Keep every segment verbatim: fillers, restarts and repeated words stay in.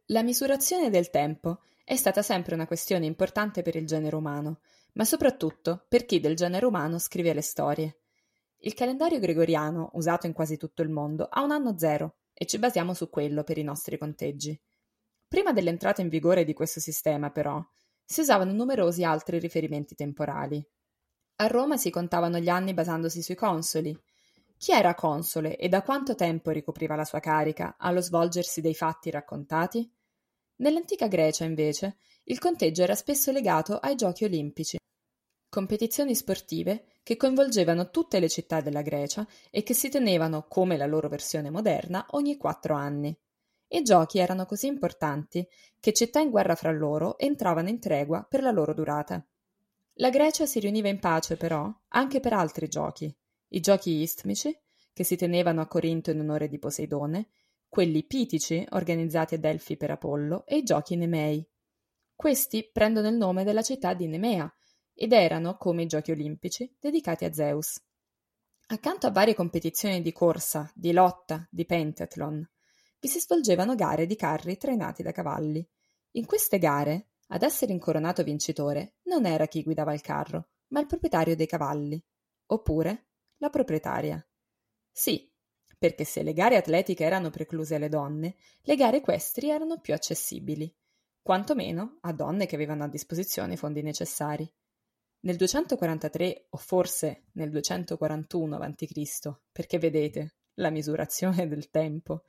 La misurazione del tempo è stata sempre una questione importante per il genere umano, ma soprattutto per chi del genere umano scrive le storie. Il calendario gregoriano, usato in quasi tutto il mondo, ha un anno zero e ci basiamo su quello per i nostri conteggi. Prima dell'entrata in vigore di questo sistema, però, si usavano numerosi altri riferimenti temporali. A Roma si contavano gli anni basandosi sui consoli. Chi era console e da quanto tempo ricopriva la sua carica allo svolgersi dei fatti raccontati? Nell'antica Grecia, invece, il conteggio era spesso legato ai giochi olimpici, competizioni sportive che coinvolgevano tutte le città della Grecia e che si tenevano, come la loro versione moderna, ogni quattro anni. I giochi erano così importanti che città in guerra fra loro entravano in tregua per la loro durata. La Grecia si riuniva in pace, però, anche per altri giochi. I giochi istmici, che si tenevano a Corinto in onore di Poseidone, quelli pitici, organizzati a Delfi per Apollo, e i giochi nemei. Questi prendono il nome della città di Nemea ed erano, come i giochi olimpici, dedicati a Zeus. Accanto a varie competizioni di corsa, di lotta, di pentathlon, vi si svolgevano gare di carri trainati da cavalli. In queste gare, ad essere incoronato vincitore, non era chi guidava il carro, ma il proprietario dei cavalli, oppure la proprietaria. Sì, perché se le gare atletiche erano precluse alle donne, le gare equestri erano più accessibili, quantomeno a donne che avevano a disposizione i fondi necessari. Nel duecentoquarantatré, o forse nel duecentoquarantuno avanti Cristo, perché vedete la misurazione del tempo,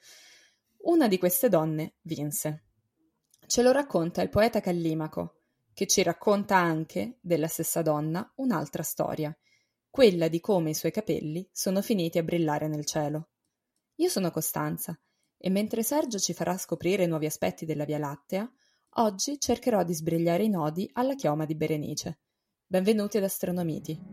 una di queste donne vinse. Ce lo racconta il poeta Callimaco, che ci racconta anche, della stessa donna, un'altra storia, quella di come i suoi capelli sono finiti a brillare nel cielo. Io sono Costanza, e mentre Sergio ci farà scoprire nuovi aspetti della Via Lattea, oggi cercherò di sbrigliare i nodi alla chioma di Berenice. Benvenuti ad Astronomiti.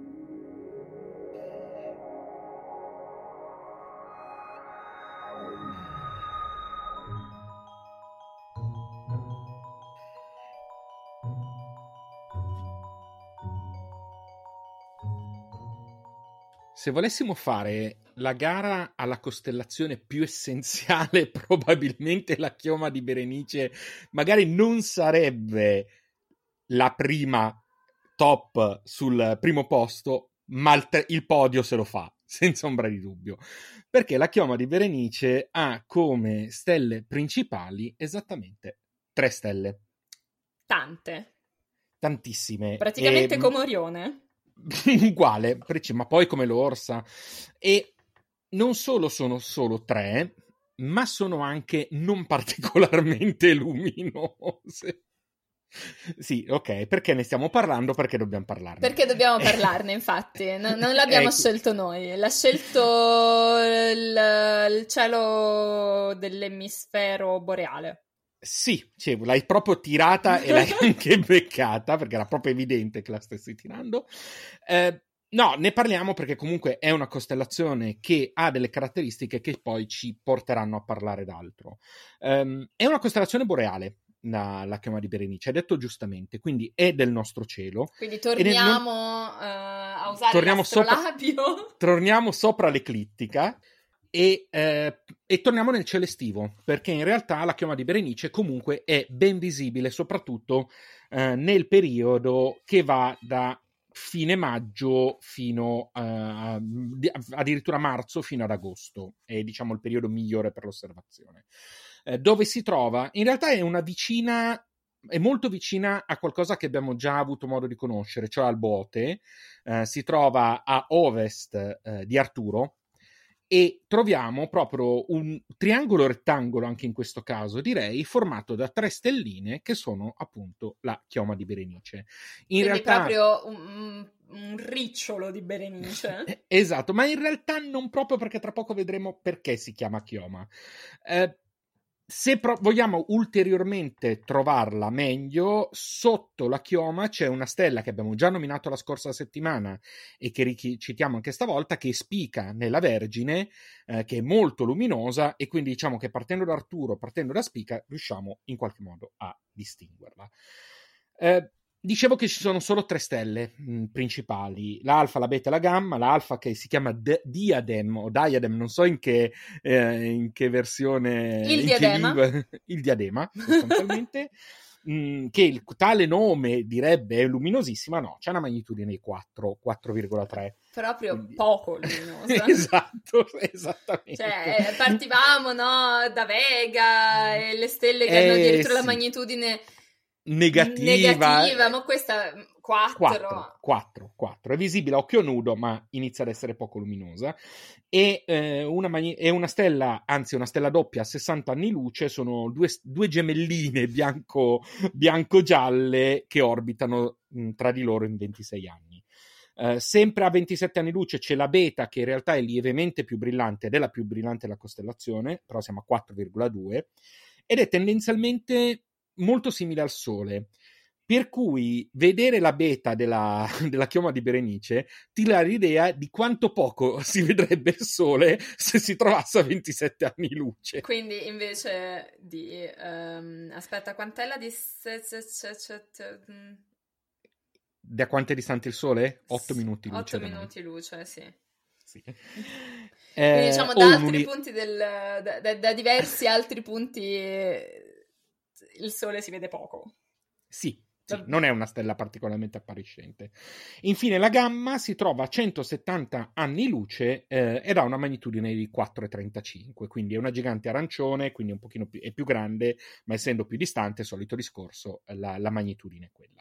Se volessimo fare la gara alla costellazione più essenziale, probabilmente la chioma di Berenice magari non sarebbe la prima top sul primo posto, ma il, te- il podio se lo fa, senza ombra di dubbio, perché la chioma di Berenice ha come stelle principali esattamente tre stelle. Tante. Tantissime. Praticamente E... come Orione. uguale, ma poi come l'Orsa. E non solo sono solo tre, ma sono anche non particolarmente luminose. Sì, ok, perché ne stiamo parlando? Perché dobbiamo parlarne. Perché dobbiamo parlarne, infatti. No, non l'abbiamo ecco. scelto noi, l'ha scelto il, il cielo dell'emisfero boreale. Sì, cioè, l'hai proprio tirata e l'hai anche beccata, perché era proprio evidente che la stessi tirando. Eh, no, ne parliamo perché comunque è una costellazione che ha delle caratteristiche che poi ci porteranno a parlare d'altro. Um, è una costellazione boreale, la, la chioma di Berenice, hai detto giustamente, quindi è del nostro cielo. Quindi torniamo non... uh, a usare torniamo l'astrolabio. Sopra, torniamo sopra l'eclittica. E, eh, e torniamo nel cielo estivo, perché in realtà la chioma di Berenice comunque è ben visibile soprattutto eh, nel periodo che va da fine maggio fino a addirittura marzo fino ad agosto, è diciamo il periodo migliore per l'osservazione, eh, dove si trova, in realtà è una vicina è molto vicina a qualcosa che abbiamo già avuto modo di conoscere, cioè al Bote, eh, si trova a ovest eh, di Arturo, e troviamo proprio un triangolo rettangolo anche in questo caso, direi, formato da tre stelline che sono appunto la chioma di Berenice. In Quindi realtà proprio un, un ricciolo di Berenice. Esatto, ma in realtà non proprio, perché tra poco vedremo perché si chiama chioma. Eh, se pro- vogliamo ulteriormente trovarla meglio, sotto la chioma c'è una stella che abbiamo già nominato la scorsa settimana e che ricitiamo anche stavolta, che è Spica nella Vergine, eh, che è molto luminosa, e quindi diciamo che partendo da Arturo, partendo da Spica, riusciamo in qualche modo a distinguerla. Eh, Dicevo che ci sono solo tre stelle mh, principali, l'alfa, la beta e la gamma. L'alfa, che si chiama D- Diadem o Diadem, non so in che, eh, in che versione, il in diadema, che lingua, il diadema sostanzialmente, mh, che il tale nome direbbe è luminosissima, no, c'è una magnitudine di quattro, quattro virgola tre. proprio Quindi... poco luminosa. Esatto, esattamente. Cioè, partivamo, no, da Vega e le stelle che eh, hanno addirittura sì. la magnitudine negativa, negativa, ma questa quattro. quattro, quattro. È visibile a occhio nudo, ma inizia ad essere poco luminosa. E, eh, una, mani- è una stella, anzi una stella doppia a sessanta anni luce, sono due, due gemelline bianco, bianco-gialle che orbitano mh, tra di loro in ventisei anni. Uh, sempre a ventisette anni luce c'è la beta, che in realtà è lievemente più brillante ed è la più brillante della costellazione, però siamo a quattro virgola due, ed è tendenzialmente molto simile al Sole, per cui vedere la beta della, della chioma di Berenice ti dà l'idea di quanto poco si vedrebbe il Sole se si trovasse a ventisette anni luce. Quindi invece di um, aspetta, quant'è la distanza? Da quanto è distante il Sole? otto minuti luce. otto minuti luce, sì. Sì. Quindi Eh, diciamo da altri uni... punti del, da, da, da diversi altri punti il Sole si vede poco. Sì, sì, non è una stella particolarmente appariscente. Infine la gamma si trova a centosettanta anni luce eh, ed ha una magnitudine di quattro virgola trentacinque, quindi è una gigante arancione, quindi un pochino più, è più grande, ma essendo più distante, solito discorso, la, la magnitudine è quella.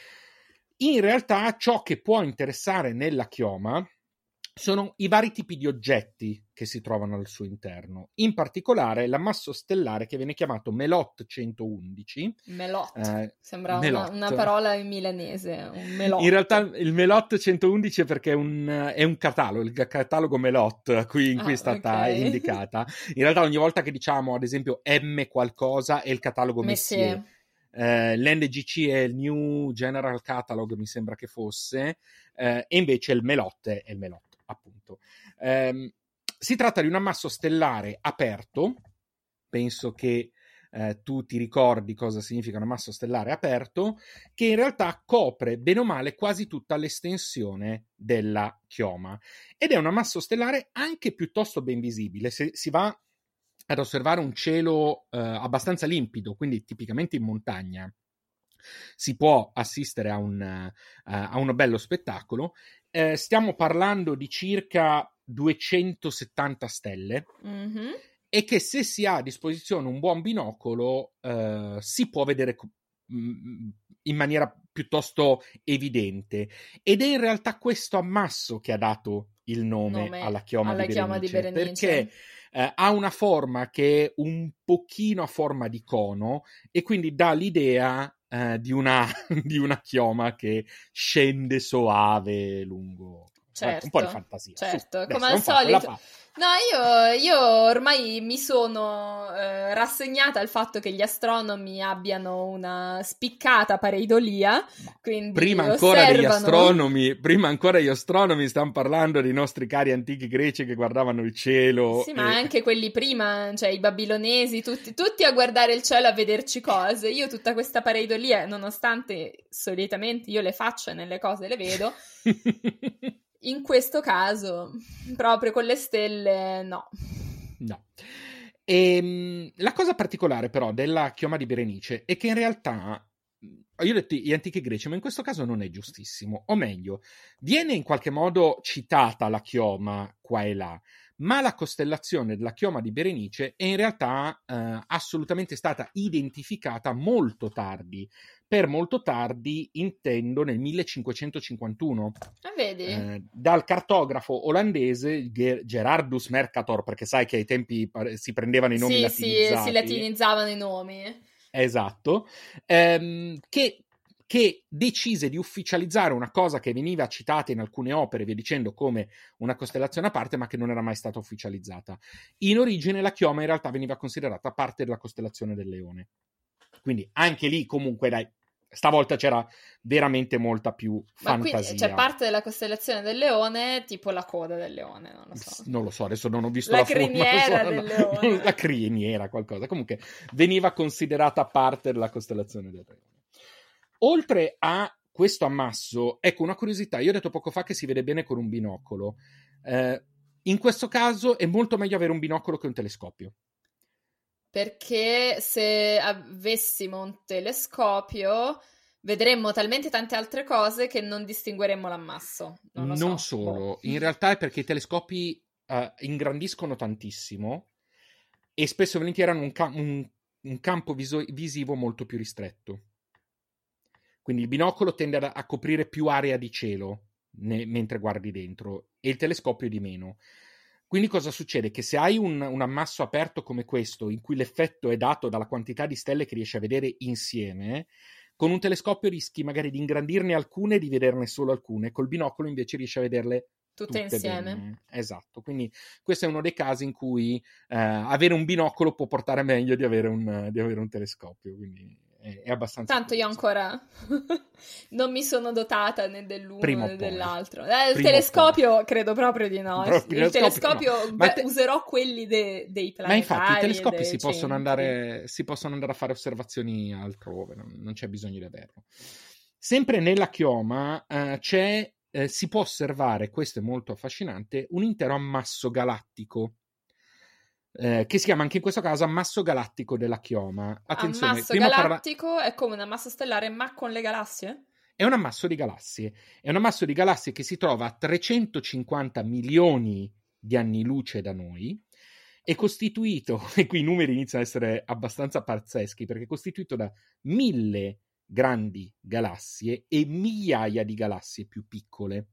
In realtà ciò che può interessare nella chioma sono i vari tipi di oggetti che si trovano al suo interno, in particolare l'ammasso stellare che viene chiamato Melot centoundici. Melot, eh, sembra Melot. Una, una parola in milanese, un Melot. In realtà il Melot centoundici è perché è un, è un catalogo, il catalogo Melot qui, in cui ah, è stata okay. indicata. In realtà ogni volta che diciamo ad esempio M qualcosa è il catalogo Messier. Messier. Uh, l'N G C è il New General Catalog, mi sembra che fosse, uh, e invece il Melot è il Melot, appunto. Um, si tratta di un ammasso stellare aperto, penso che uh, tu ti ricordi cosa significa un ammasso stellare aperto, che in realtà copre bene o male quasi tutta l'estensione della chioma, ed è un ammasso stellare anche piuttosto ben visibile. Se si va ad osservare un cielo eh, abbastanza limpido, quindi tipicamente in montagna, si può assistere a un, uh, a uno bello spettacolo. Eh, stiamo parlando di circa duecentosettanta stelle, mm-hmm. e che se si ha a disposizione un buon binocolo eh, si può vedere mh, in maniera piuttosto evidente, ed è in realtà questo ammasso che ha dato il nome, nome alla chioma, alla di, chioma Berenice, di Berenice, perché eh, ha una forma che è un pochino a forma di cono e quindi dà l'idea eh, di, una, di una chioma che scende soave lungo. Certo, un po' di fantasia. Certo, Su, come al solito. No, io, io ormai mi sono eh, rassegnata al fatto che gli astronomi abbiano una spiccata pareidolia, quindi prima ancora osservano... degli astronomi, prima ancora gli astronomi stiamo parlando dei nostri cari antichi greci che guardavano il cielo. Sì, e... ma anche quelli prima, cioè i babilonesi, tutti, tutti a guardare il cielo, a vederci cose. Io tutta questa pareidolia, nonostante solitamente io le faccio e nelle cose le vedo... In questo caso, proprio con le stelle, no. No. E, la cosa particolare però della chioma di Berenice è che in realtà, io ho detto gli antichi greci, ma in questo caso non è giustissimo. O meglio, viene in qualche modo citata la chioma qua e là, ma la costellazione della chioma di Berenice è in realtà eh, assolutamente stata identificata molto tardi. Per molto tardi intendo nel millecinquecentocinquantuno, ah, vedi? Eh, dal cartografo olandese Gerardus Mercator, perché sai che ai tempi si prendevano i nomi sì, latinizzati. Sì, si latinizzavano i nomi. Esatto, ehm, che, che decise di ufficializzare una cosa che veniva citata in alcune opere, via dicendo, come una costellazione a parte, ma che non era mai stata ufficializzata. In origine la chioma in realtà veniva considerata parte della costellazione del Leone. Quindi anche lì comunque dai, stavolta c'era veramente molta più fantasia. Ma quindi c'è parte della costellazione del Leone, tipo la coda del leone, non lo so. Non lo so, adesso non ho visto la la criniera forma, del so, leone. La criniera, qualcosa. Comunque veniva considerata parte della costellazione del Leone. oltre a questo ammasso, ecco una curiosità, io ho detto poco fa che si vede bene con un binocolo. Eh, in questo caso è molto meglio avere un binocolo che un telescopio. Perché se avessimo un telescopio vedremmo talmente tante altre cose che non distingueremmo l'ammasso. Non lo Non so. solo, Boh. in realtà è perché i telescopi uh, ingrandiscono tantissimo e spesso e volentieri hanno un, ca- un, un campo viso- visivo molto più ristretto. Quindi il binocolo tende a, a coprire più area di cielo ne- mentre guardi dentro e il telescopio di meno. Quindi cosa succede? Che se hai un, un ammasso aperto come questo, in cui l'effetto è dato dalla quantità di stelle che riesci a vedere insieme, con un telescopio rischi magari di ingrandirne alcune e di vederne solo alcune, col binocolo invece riesci a vederle tutte, tutte insieme. Bene. Esatto, quindi questo è uno dei casi in cui eh, avere un binocolo può portare meglio di avere un, di avere un telescopio, quindi è, è abbastanza Tanto io curioso. ancora non mi sono dotata né dell'uno Prima né o poi. dell'altro. Eh, il Prima telescopio poi. credo proprio di no. Proprio il telescopio no. beh, te... userò quelli de- dei planetari. Ma infatti i telescopi dei si possono, centri. andare, si possono andare a fare osservazioni altrove, non, non c'è bisogno di averlo. Sempre nella chioma eh, c'è, eh, si può osservare, questo è molto affascinante, un intero ammasso galattico. Eh, che si chiama anche in questo caso ammasso galattico della chioma. Attenzione, ammasso prima galattico parla... è come un ammasso stellare ma con le galassie? È un ammasso di galassie. È un ammasso di galassie che si trova a trecentocinquanta milioni di anni luce da noi. È costituito, e qui i numeri iniziano ad essere abbastanza pazzeschi, perché è costituito da mille grandi galassie e migliaia di galassie più piccole.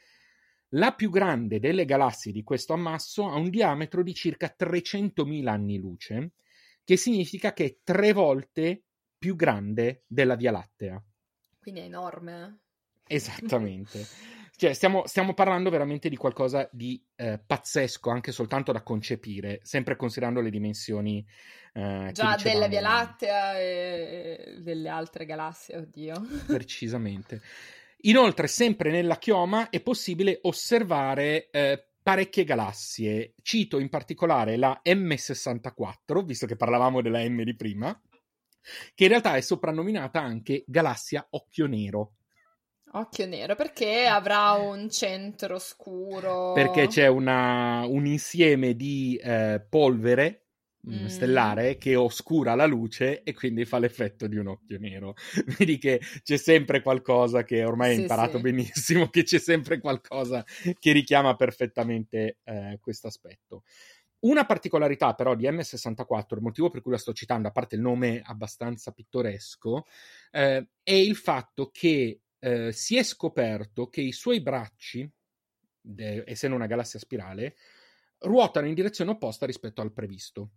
La più grande delle galassie di questo ammasso ha un diametro di circa trecentomila anni luce, che significa che è tre volte più grande della Via Lattea. Quindi è enorme. Esattamente. Cioè, stiamo, stiamo parlando veramente di qualcosa di eh, pazzesco, anche soltanto da concepire, sempre considerando le dimensioni eh, già che della dicevamo. Via Lattea e delle altre galassie, oddio. Precisamente. Inoltre, sempre nella chioma è possibile osservare eh, parecchie galassie. Cito in particolare la M sessantaquattro, visto che parlavamo della M di prima, che in realtà è soprannominata anche galassia occhio nero. Occhio nero, perché avrà un centro scuro? Perché c'è una, un insieme di eh, polvere mm. stellare che oscura la luce e quindi fa l'effetto di un occhio nero. Vedi che c'è sempre qualcosa che ormai hai sì, imparato sì. benissimo, che c'è sempre qualcosa che richiama perfettamente eh, questo aspetto. Una particolarità però di M sessantaquattro, il motivo per cui la sto citando, a parte il nome abbastanza pittoresco, eh, è il fatto che eh, si è scoperto che i suoi bracci, de, essendo una galassia spirale, ruotano in direzione opposta rispetto al previsto.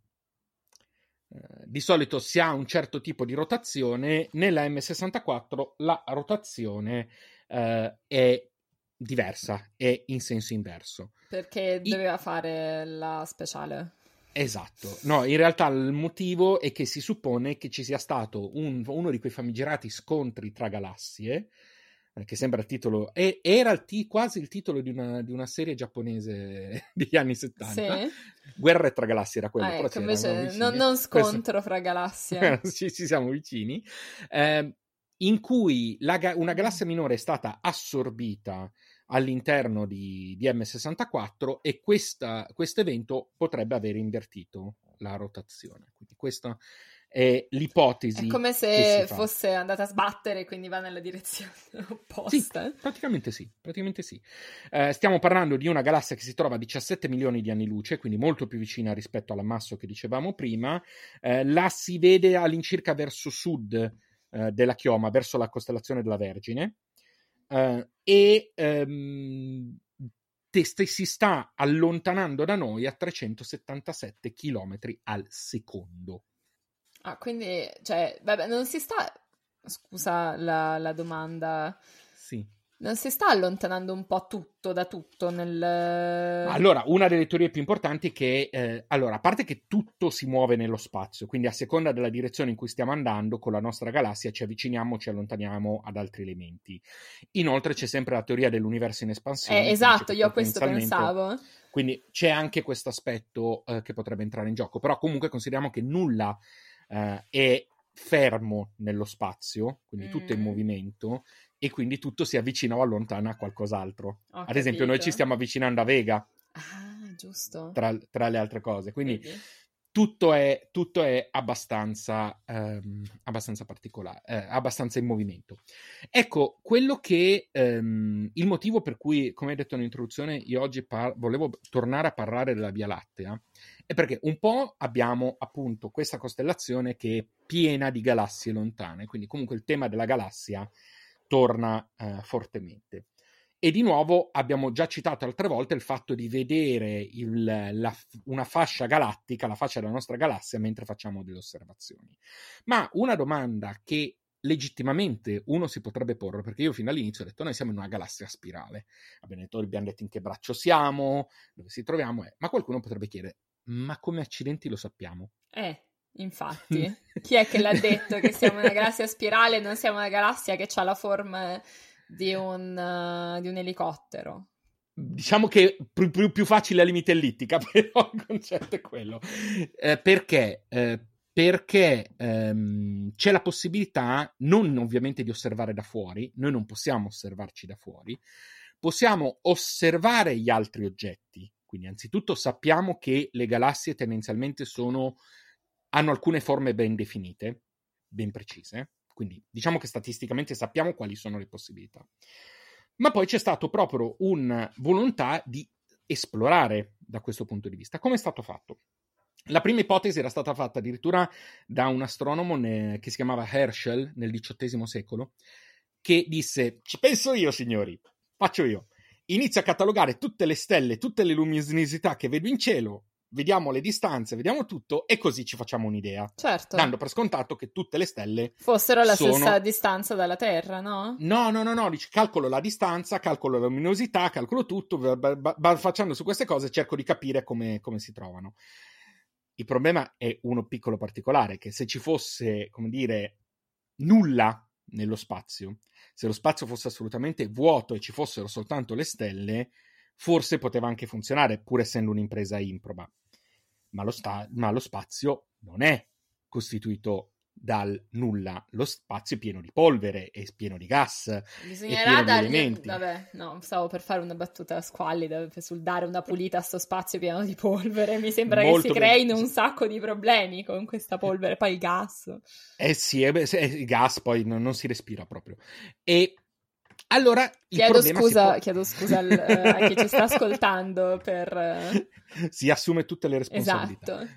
Eh, di solito si ha un certo tipo di rotazione, nella M sessantaquattro la rotazione eh, è diversa, è in senso inverso. Perché I... doveva fare la speciale. Esatto, no, in realtà il motivo è che si suppone che ci sia stato un, uno di quei famigerati scontri tra galassie, eh, che sembra il titolo, e, era il t- quasi il titolo di una, di una serie giapponese degli anni settanta, sì? Guerre tra galassie era quello, ah, però ecco, ci invece vicini. non, non scontro Questo... fra galassie. ci, ci siamo vicini, eh, in cui la ga- una galassia minore è stata assorbita all'interno di, di M sessantaquattro e questo evento potrebbe aver invertito la rotazione. Quindi questa è l'ipotesi. È come se fosse andata a sbattere, quindi va nella direzione opposta. Sì, praticamente sì, praticamente sì. Eh, stiamo parlando di una galassia che si trova a diciassette milioni di anni luce, quindi molto più vicina rispetto all'ammasso che dicevamo prima. Eh, la si vede all'incirca verso sud eh, della chioma, verso la costellazione della Vergine. Uh, e um, te- si sta allontanando da noi a trecentosettantasette chilometri al secondo. Ah, quindi, cioè, vabbè, non si sta... Scusa la, la domanda. Sì. Non si sta allontanando un po' tutto da tutto nel... Allora, una delle teorie più importanti è che, eh, allora, a parte che tutto si muove nello spazio, quindi a seconda della direzione in cui stiamo andando con la nostra galassia ci avviciniamo o ci allontaniamo ad altri elementi. Inoltre c'è sempre la teoria dell'universo in espansione. Eh, esatto, io a questo pensavo. Quindi c'è anche questo aspetto eh, che potrebbe entrare in gioco, però comunque consideriamo che nulla eh, è fermo nello spazio, quindi tutto è in Mm. movimento, e quindi tutto si avvicina o allontana a qualcos'altro. Ho Ad esempio, noi capito. ci stiamo avvicinando a Vega, Ah, giusto. tra, tra le altre cose, quindi Vedi? tutto è, tutto è abbastanza, ehm, abbastanza particolare, eh, abbastanza in movimento. Ecco, quello che ehm, il motivo per cui, come hai detto nell'introduzione, io oggi par- volevo tornare a parlare della Via Lattea è perché un po' abbiamo appunto questa costellazione che è piena di galassie lontane, quindi comunque il tema della galassia torna eh, fortemente. E di nuovo abbiamo già citato altre volte il fatto di vedere il, la, una fascia galattica, la fascia della nostra galassia, mentre facciamo delle osservazioni. Ma una domanda che legittimamente uno si potrebbe porre, perché io fino all'inizio ho detto noi siamo in una galassia a spirale, abbiamo detto, abbiamo detto in che braccio siamo, dove ci troviamo, eh. Ma qualcuno potrebbe chiedere, ma come accidenti lo sappiamo? Eh, infatti, chi è che l'ha detto che siamo una galassia a spirale e non siamo una galassia che ha la forma di un, uh, di un elicottero? Diciamo che più, più, più facile la limite ellittica, però il concetto è quello. Eh, perché? Eh, perché ehm, c'è la possibilità, non ovviamente di osservare da fuori, noi non possiamo osservarci da fuori, possiamo osservare gli altri oggetti. Quindi, anzitutto, sappiamo che le galassie tendenzialmente sono, hanno alcune forme ben definite, ben precise. Quindi, diciamo che statisticamente sappiamo quali sono le possibilità. Ma poi c'è stato proprio una volontà di esplorare da questo punto di vista. Come è stato fatto? La prima ipotesi era stata fatta addirittura da un astronomo ne- che si chiamava Herschel nel diciottesimo secolo, che disse: ci penso io, signori, faccio io. Inizio a catalogare tutte le stelle, tutte le luminosità che vedo in cielo, vediamo le distanze, vediamo tutto, e così ci facciamo un'idea. Certo. Dando per scontato che tutte le stelle fossero la sono... stessa distanza dalla Terra, no? No, no, no, no, dici, calcolo la distanza, calcolo la luminosità, calcolo tutto, ba- ba- ba- facendo su queste cose cerco di capire come, come si trovano. Il problema è uno piccolo particolare, che se ci fosse, come dire, nulla nello spazio, se lo spazio fosse assolutamente vuoto e ci fossero soltanto le stelle, forse poteva anche funzionare, pur essendo un'impresa improba. Ma lo, sta- ma lo spazio non è costituito dal nulla, lo spazio è pieno di polvere, è pieno di gas, è Bisognerà pieno di dargli... elementi. Vabbè, no, stavo per fare una battuta squallida sul dare una pulita a sto spazio pieno di polvere. Mi sembra Molto che si ben- creino un sacco di problemi con questa polvere, poi il gas. Eh sì, eh beh, se- il gas poi non, non si respira proprio. E allora il Chiedo problema scusa, si chiedo scusa al- eh, a chi ci sta ascoltando per... eh, si assume tutte le responsabilità. Esatto.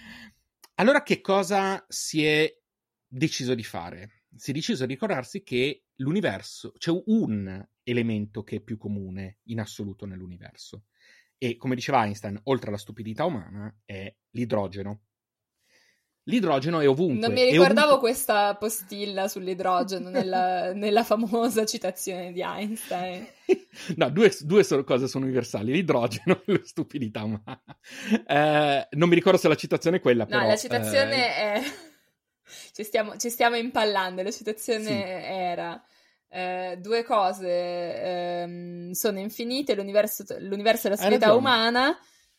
Allora che cosa si è deciso di fare? Si è deciso di ricordarsi che l'universo, c'è un elemento che è più comune in assoluto nell'universo. E come diceva Einstein, oltre alla stupidità umana, è l'idrogeno. L'idrogeno è ovunque. Non mi è ricordavo ovunque... questa postilla sull'idrogeno nella, nella famosa citazione di Einstein. No, due, due sono, cose sono universali, l'idrogeno e la stupidità umana. Eh, non mi ricordo se la citazione è quella, No, però... la citazione eh... è... Ci stiamo, ci stiamo impallando, la citazione Sì. era... eh, due cose ehm, sono infinite, l'universo, l'universo è la Hai stupidità ragione. umana,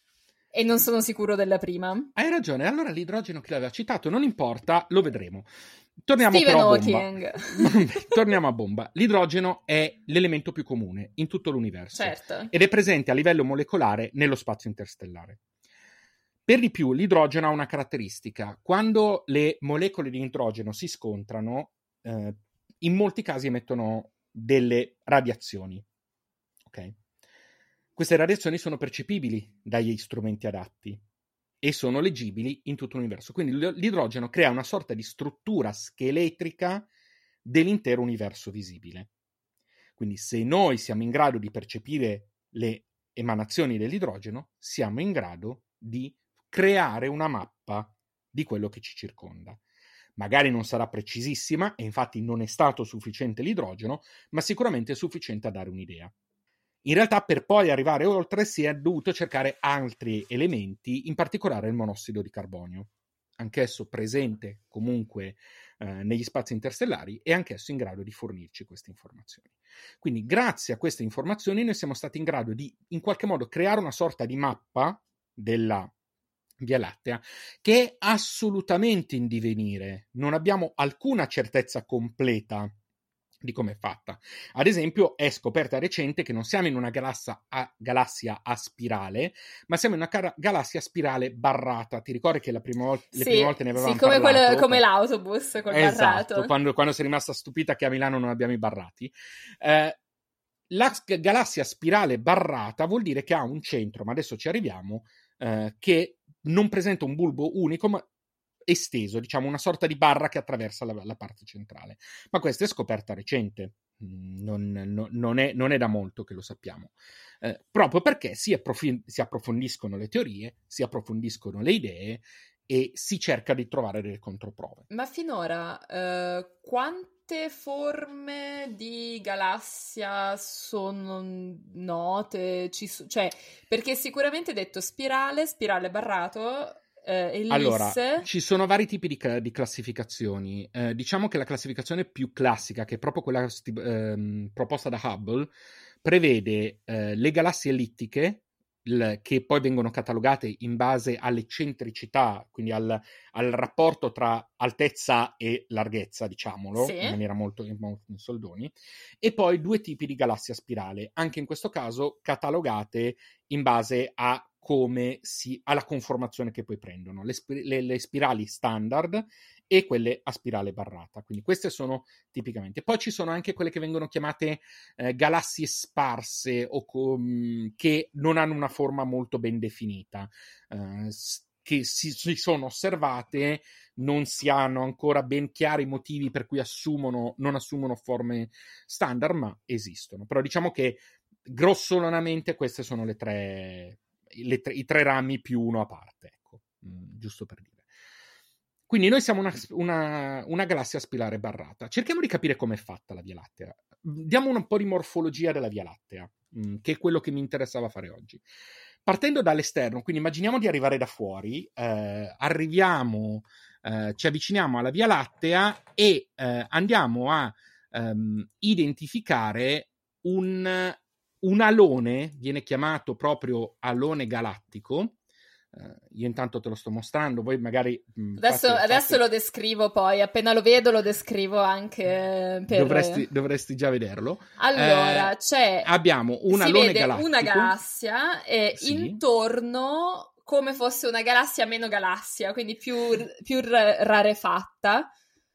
e non sono sicuro della prima. Hai ragione, allora l'idrogeno che l'aveva citato, non importa, lo vedremo. Torniamo Stephen però a Hawking. bomba. Torniamo a bomba. L'idrogeno è l'elemento più comune in tutto l'universo. Certo. Ed è presente a livello molecolare nello spazio interstellare. Per di più, l'idrogeno ha una caratteristica. Quando le molecole di idrogeno si scontrano, eh, in molti casi emettono delle radiazioni. Ok? Queste radiazioni sono percepibili dagli strumenti adatti e sono leggibili in tutto l'universo. Quindi l'idrogeno crea una sorta di struttura scheletrica dell'intero universo visibile. Quindi se noi siamo in grado di percepire le emanazioni dell'idrogeno, siamo in grado di creare una mappa di quello che ci circonda. Magari non sarà precisissima, e infatti non è stato sufficiente l'idrogeno, ma sicuramente è sufficiente a dare un'idea. In realtà, per poi arrivare oltre, si è dovuto cercare altri elementi, in particolare il monossido di carbonio, anch'esso presente comunque eh, negli spazi interstellari e anch'esso in grado di fornirci queste informazioni. Quindi, grazie a queste informazioni, noi siamo stati in grado di, in qualche modo, creare una sorta di mappa della, Via Lattea, che è assolutamente in divenire. Non abbiamo alcuna certezza completa di come è fatta. Ad esempio, è scoperta recente che non siamo in una galassia a, galassia a spirale, ma siamo in una car- galassia a spirale barrata. Ti ricordi che la prima vol- sì, le prime volte ne avevamo sì, come parlato? Quello, come l'autobus col esatto, barrato. Quando, quando sei rimasta stupita che a Milano non abbiamo i barrati. Eh, la galassia a spirale barrata vuol dire che ha un centro, ma adesso ci arriviamo, eh, che non presenta un bulbo unico, ma esteso, diciamo una sorta di barra che attraversa la, la parte centrale. Ma questa è scoperta recente, non, non, non, è, non è da molto che lo sappiamo, eh, proprio perché si, approf- si approfondiscono le teorie, si approfondiscono le idee e si cerca di trovare delle controprove. Ma finora eh, quante forme di galassia sono note? Ci so- cioè, perché sicuramente detto spirale, spirale barrato, eh, ellisse. Allora, ci sono vari tipi di, di classificazioni. Eh, diciamo che la classificazione più classica, che è proprio quella sti- ehm, proposta da Hubble, prevede eh, le galassie ellittiche, l- che poi vengono catalogate in base all'eccentricità, quindi al, al rapporto tra altezza e larghezza, diciamolo, Sì. in maniera molto in, in soldoni, e poi due tipi di galassie a spirale, anche in questo caso catalogate in base a come si alla conformazione che poi prendono, le, sp- le, le spirali standard e quelle a spirale barrata. Quindi queste sono tipicamente. Poi ci sono anche quelle che vengono chiamate eh, galassie sparse o com- che non hanno una forma molto ben definita, eh, che si, si sono osservate, non si hanno ancora ben chiari i motivi per cui assumono, non assumono forme standard, ma esistono. Però diciamo che grossolanamente queste sono le tre Le tre, i tre rami più uno a parte, ecco, mm, giusto per dire. Quindi noi siamo una, una, una galassia a spirale barrata. Cerchiamo di capire com'è fatta la Via Lattea. Diamo un po' di morfologia della Via Lattea, mh, che è quello che mi interessava fare oggi. Partendo dall'esterno, quindi immaginiamo di arrivare da fuori, eh, arriviamo, eh, ci avviciniamo alla Via Lattea e eh, andiamo a ehm, identificare un un alone, viene chiamato proprio alone galattico. Uh, io intanto te lo sto mostrando, voi magari mh, adesso, fate, adesso fate... lo descrivo, poi appena lo vedo lo descrivo anche per... dovresti, dovresti già vederlo. Allora, eh, c'è abbiamo un si alone vede galattico, una galassia e sì, intorno come fosse una galassia meno galassia, quindi più, più rarefatta,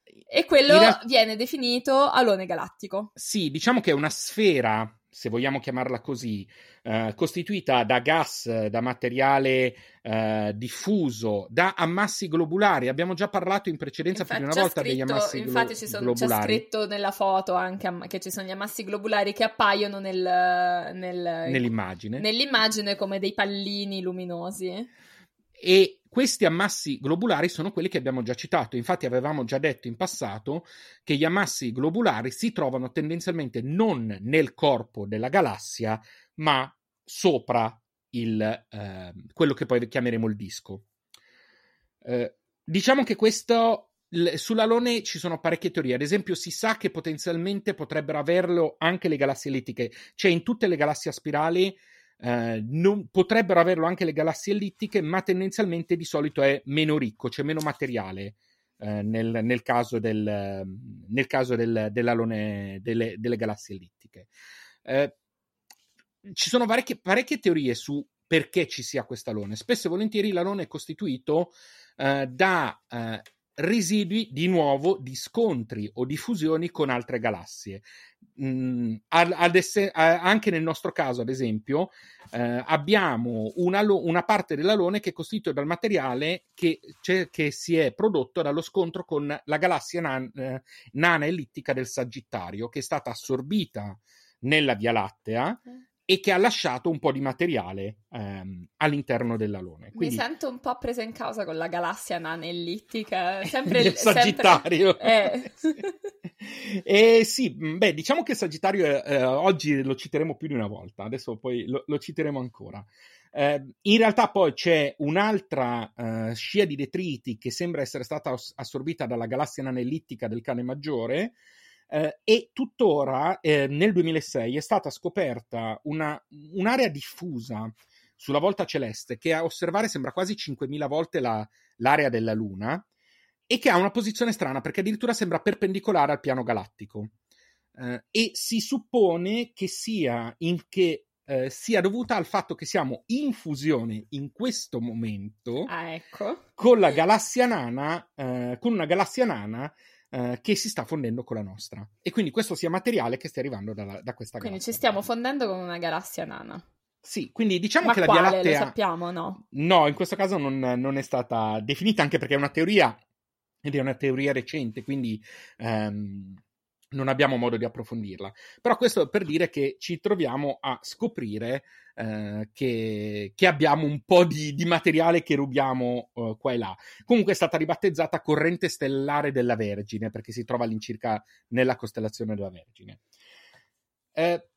e quello real... viene definito alone galattico. Sì, diciamo che è una sfera, se vogliamo chiamarla così, eh, costituita da gas, da materiale eh, diffuso, da ammassi globulari. Abbiamo già parlato in precedenza infatti, più di una volta scritto, degli ammassi glo- infatti ci son, globulari. C'è scritto nella foto anche che ci sono gli ammassi globulari che appaiono nel, nel, nell'immagine. nell'immagine come dei pallini luminosi. E questi ammassi globulari sono quelli che abbiamo già citato. Infatti avevamo già detto in passato che gli ammassi globulari si trovano tendenzialmente non nel corpo della galassia, ma sopra il, eh, quello che poi chiameremo il disco. Eh, diciamo che questo, l- sull'alone ci sono parecchie teorie. Ad esempio si sa che potenzialmente potrebbero averlo anche le galassie ellittiche. Cioè in tutte le galassie a spirali Uh, non, potrebbero averlo anche le galassie ellittiche, ma tendenzialmente di solito è meno ricco, c'è cioè meno materiale uh, nel, nel caso, del, nel caso del, dell'alone delle, delle galassie ellittiche. Uh, ci sono parecchie, parecchie teorie su perché ci sia quest'alone. Spesso e volentieri l'alone è costituito uh, da residui di nuovo di scontri o di fusioni con altre galassie. Mm, ad, ad esse, anche nel nostro caso, ad esempio, eh, abbiamo una, una parte dell'alone che è costituita dal materiale che, che si è prodotto dallo scontro con la galassia nan, eh, nana ellittica del Sagittario, che è stata assorbita nella Via Lattea e che ha lasciato un po' di materiale ehm, all'interno dell'alone. Quindi, mi sento un po' presa in causa con la galassia nana ellittica, sempre il Sagittario. Sempre... Eh. E sì, beh, diciamo che il Sagittario eh, oggi lo citeremo più di una volta, adesso poi lo, lo citeremo ancora. Eh, in realtà poi c'è un'altra eh, scia di detriti che sembra essere stata assorbita dalla galassia nana ellittica del Cane Maggiore, Uh, e tuttora eh, nel duemilasei è stata scoperta una, un'area diffusa sulla volta celeste, che a osservare sembra quasi cinquemila volte la, l'area della Luna, e che ha una posizione strana, perché addirittura sembra perpendicolare al piano galattico. Eh, e si suppone che sia, in, che, eh, sia dovuta al fatto che siamo in fusione in questo momento ah, ecco. con la galassia nana, eh, con una galassia nana eh, che si sta fondendo con la nostra. E quindi questo sia materiale che stia arrivando da, da questa quindi galassia. Quindi ci stiamo fondendo con una galassia nana. Sì, quindi diciamo Ma che quale, la Via Lattea... lo sappiamo, no? No, in questo caso non, non è stata definita, anche perché è una teoria, ed è una teoria recente, quindi ehm, non abbiamo modo di approfondirla. Però questo per dire che ci troviamo a scoprire eh, che, che abbiamo un po' di, di materiale che rubiamo eh, qua e là. Comunque è stata ribattezzata Corrente Stellare della Vergine, perché si trova all'incirca nella costellazione della Vergine. Eh,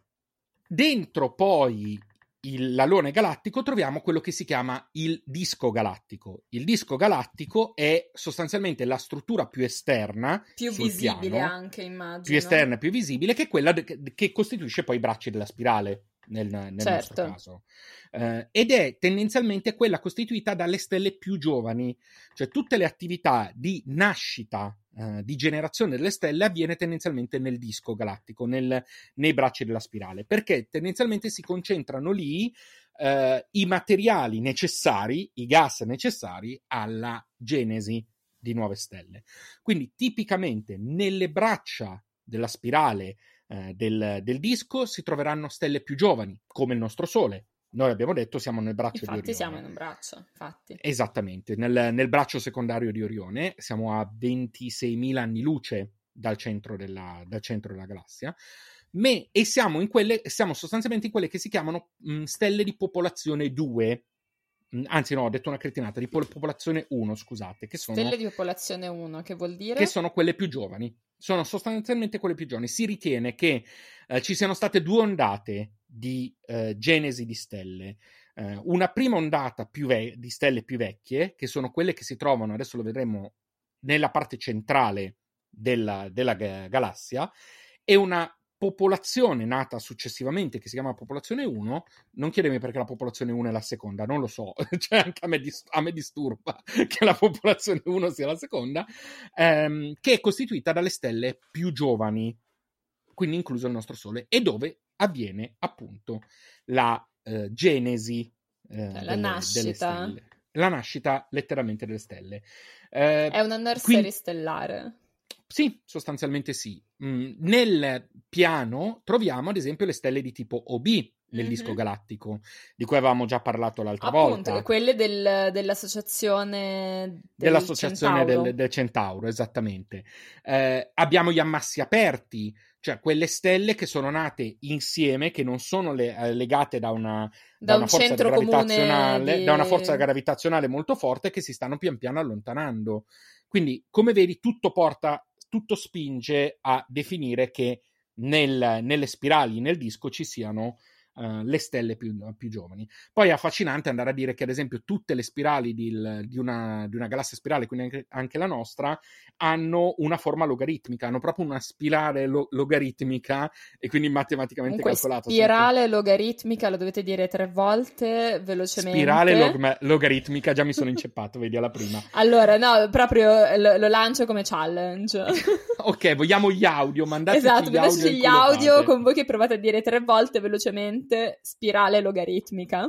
dentro poi il l'alone galattico troviamo quello che si chiama il disco galattico. Il disco galattico è sostanzialmente la struttura più esterna, più sul visibile piano, anche, immagino. più esterna e più visibile, che è quella de- che costituisce poi i bracci della spirale nel, nel certo. nostro caso. Eh, ed è tendenzialmente quella costituita dalle stelle più giovani, cioè tutte le attività di nascita, eh, di generazione delle stelle avviene tendenzialmente nel disco galattico, nel, nei bracci della spirale, perché tendenzialmente si concentrano lì eh, i materiali necessari, i gas necessari alla genesi di nuove stelle. Quindi tipicamente nelle braccia della spirale eh, del, del disco si troveranno stelle più giovani, come il nostro Sole. Noi abbiamo detto siamo nel braccio infatti di Orione. Siamo in un braccio, infatti. Esattamente, nel, nel braccio secondario di Orione, siamo a ventiseimila anni luce dal centro della, dal centro della galassia, me, e siamo, in quelle, siamo sostanzialmente in quelle che si chiamano mh, stelle di popolazione due, mh, anzi no, ho detto una cretinata, di popolazione uno, scusate, che sono... Stelle di popolazione uno, che vuol dire? Che sono quelle più giovani. Sono sostanzialmente quelle più giovani. Si ritiene che eh, ci siano state due ondate di eh, genesi di stelle. Eh, una prima ondata più ve- di stelle più vecchie, che sono quelle che si trovano, adesso lo vedremo, nella parte centrale della, della ga- galassia, e una popolazione nata successivamente che si chiama popolazione uno. Non chiedemi perché la popolazione uno è la seconda, non lo so, cioè anche a me, dis- a me disturba che la popolazione uno sia la seconda, ehm, che è costituita dalle stelle più giovani, quindi incluso il nostro Sole, e dove avviene appunto la eh, genesi eh, cioè, la delle, nascita. delle stelle. La nascita letteralmente delle stelle. Eh, è una nursery quindi, stellare. Sì, sostanzialmente sì. Mm, nel piano troviamo ad esempio le stelle di tipo O B nel mm-hmm. disco galattico, di cui avevamo già parlato l'altra Appunto, volta. Quelle del, dell'associazione del dell'associazione Centauro. Del, del Centauro, esattamente. Eh, abbiamo gli ammassi aperti, cioè quelle stelle che sono nate insieme, che non sono le, eh, legate da una, da, da una un forza centro gravitazionale, di... da una forza gravitazionale molto forte, che si stanno pian piano allontanando. Quindi, come vedi, tutto porta, tutto spinge a definire che nel, nelle spirali, nel disco, ci siano uh, le stelle più, più giovani. Poi è affascinante andare a dire che, ad esempio, tutte le spirali di, di, una, di una galassia spirale, quindi anche, anche la nostra, hanno una forma logaritmica, hanno proprio una spirale lo, logaritmica, e quindi matematicamente Comunque, calcolata. Spirale sempre... logaritmica, lo dovete dire tre volte velocemente. Spirale log- logaritmica, già mi sono inceppato, vedi, alla prima. Allora, no, proprio lo, lo lancio come challenge. Ok, vogliamo gli audio, mandate esatto, gli audio, gli audio con voi che provate a dire tre volte velocemente spirale logaritmica.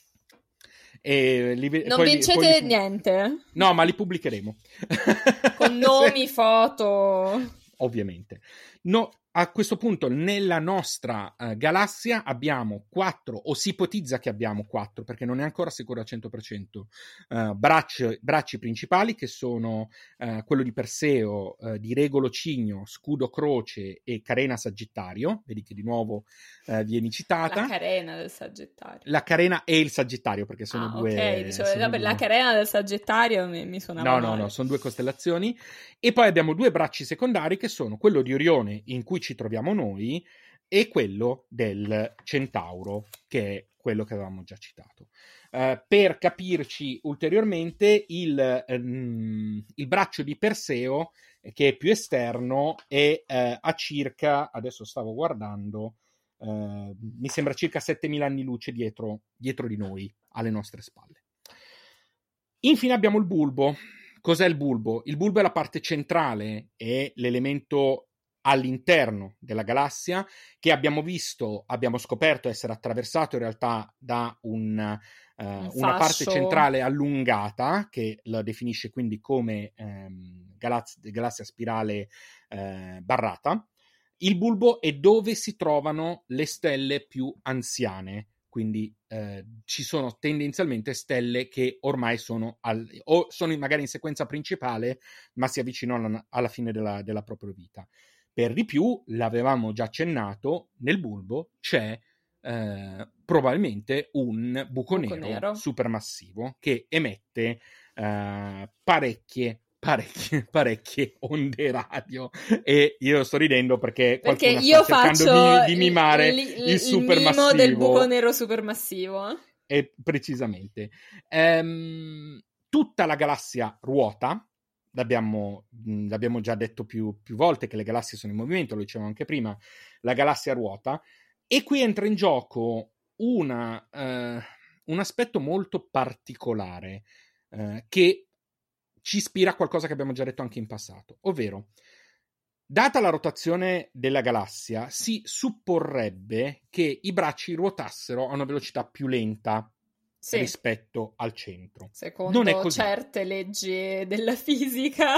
E li, non poi vincete li, poi li, niente. No, ma li pubblicheremo. Con nomi, foto. Ovviamente. No, a questo punto nella nostra uh, galassia abbiamo quattro, o si ipotizza che abbiamo quattro, perché non è ancora sicuro al cento per cento, uh, bracci, bracci principali, che sono uh, quello di Perseo, uh, di Regolo Cigno, Scudo Croce e Carena Sagittario. Vedi che di nuovo uh, vieni citata. La carena del Sagittario. La carena e il Sagittario, perché sono ah, due... ok, dicevo, sono vabbè, due... la carena del Sagittario mi, mi suonava No, male. no, no, sono due costellazioni. E poi abbiamo due bracci secondari, che sono quello di Orione, in cui ci troviamo noi, e quello del Centauro, che è quello che avevamo già citato. Uh, per capirci ulteriormente, il, um, il braccio di Perseo, che è più esterno, è uh, a circa, adesso stavo guardando, uh, mi sembra circa settemila anni luce dietro, dietro di noi, alle nostre spalle. Infine abbiamo il bulbo. Cos'è il bulbo? Il bulbo è la parte centrale, è l'elemento all'interno della galassia che abbiamo visto, abbiamo scoperto essere attraversato in realtà da un, uh, un una parte centrale allungata che la definisce quindi come um, galassia, galassia spirale uh, barrata. Il bulbo è dove si trovano le stelle più anziane. Quindi eh, ci sono tendenzialmente stelle che ormai sono, al, o sono magari in sequenza principale, ma si avvicinano alla, alla fine della, della propria vita. Per di più, l'avevamo già accennato, nel bulbo c'è eh, probabilmente un buco, buco nero, nero supermassivo che emette eh, parecchie parecchie, parecchie onde radio, e io sto ridendo perché, perché qualcuno io sta cercando faccio di, di mimare il, il, il supermassivo mimo del buco nero supermassivo. E precisamente ehm, tutta la galassia ruota. L'abbiamo, l'abbiamo già detto più, più volte che le galassie sono in movimento, lo dicevo anche prima, la galassia ruota, e qui entra in gioco una, eh, un aspetto molto particolare eh, che ci ispira a qualcosa che abbiamo già detto anche in passato, ovvero, data la rotazione della galassia, si supporrebbe che i bracci ruotassero a una velocità più lenta sì. rispetto al centro. Secondo non è così. Certe leggi della fisica.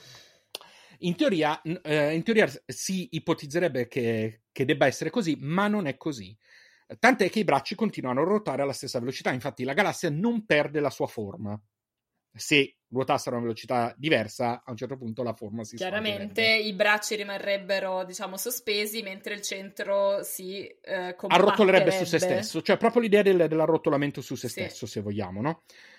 In teoria, eh, in teoria si ipotizzerebbe che, che debba essere così, ma non è così. Tant'è che i bracci continuano a ruotare alla stessa velocità, infatti la galassia non perde la sua forma. Se ruotassero a una velocità diversa, a un certo punto la forma si chiaramente i bracci rimarrebbero, diciamo, sospesi, mentre il centro si eh, arrotolerebbe su se stesso, cioè proprio l'idea del, dell'arrotolamento su se sì. stesso, se vogliamo, no?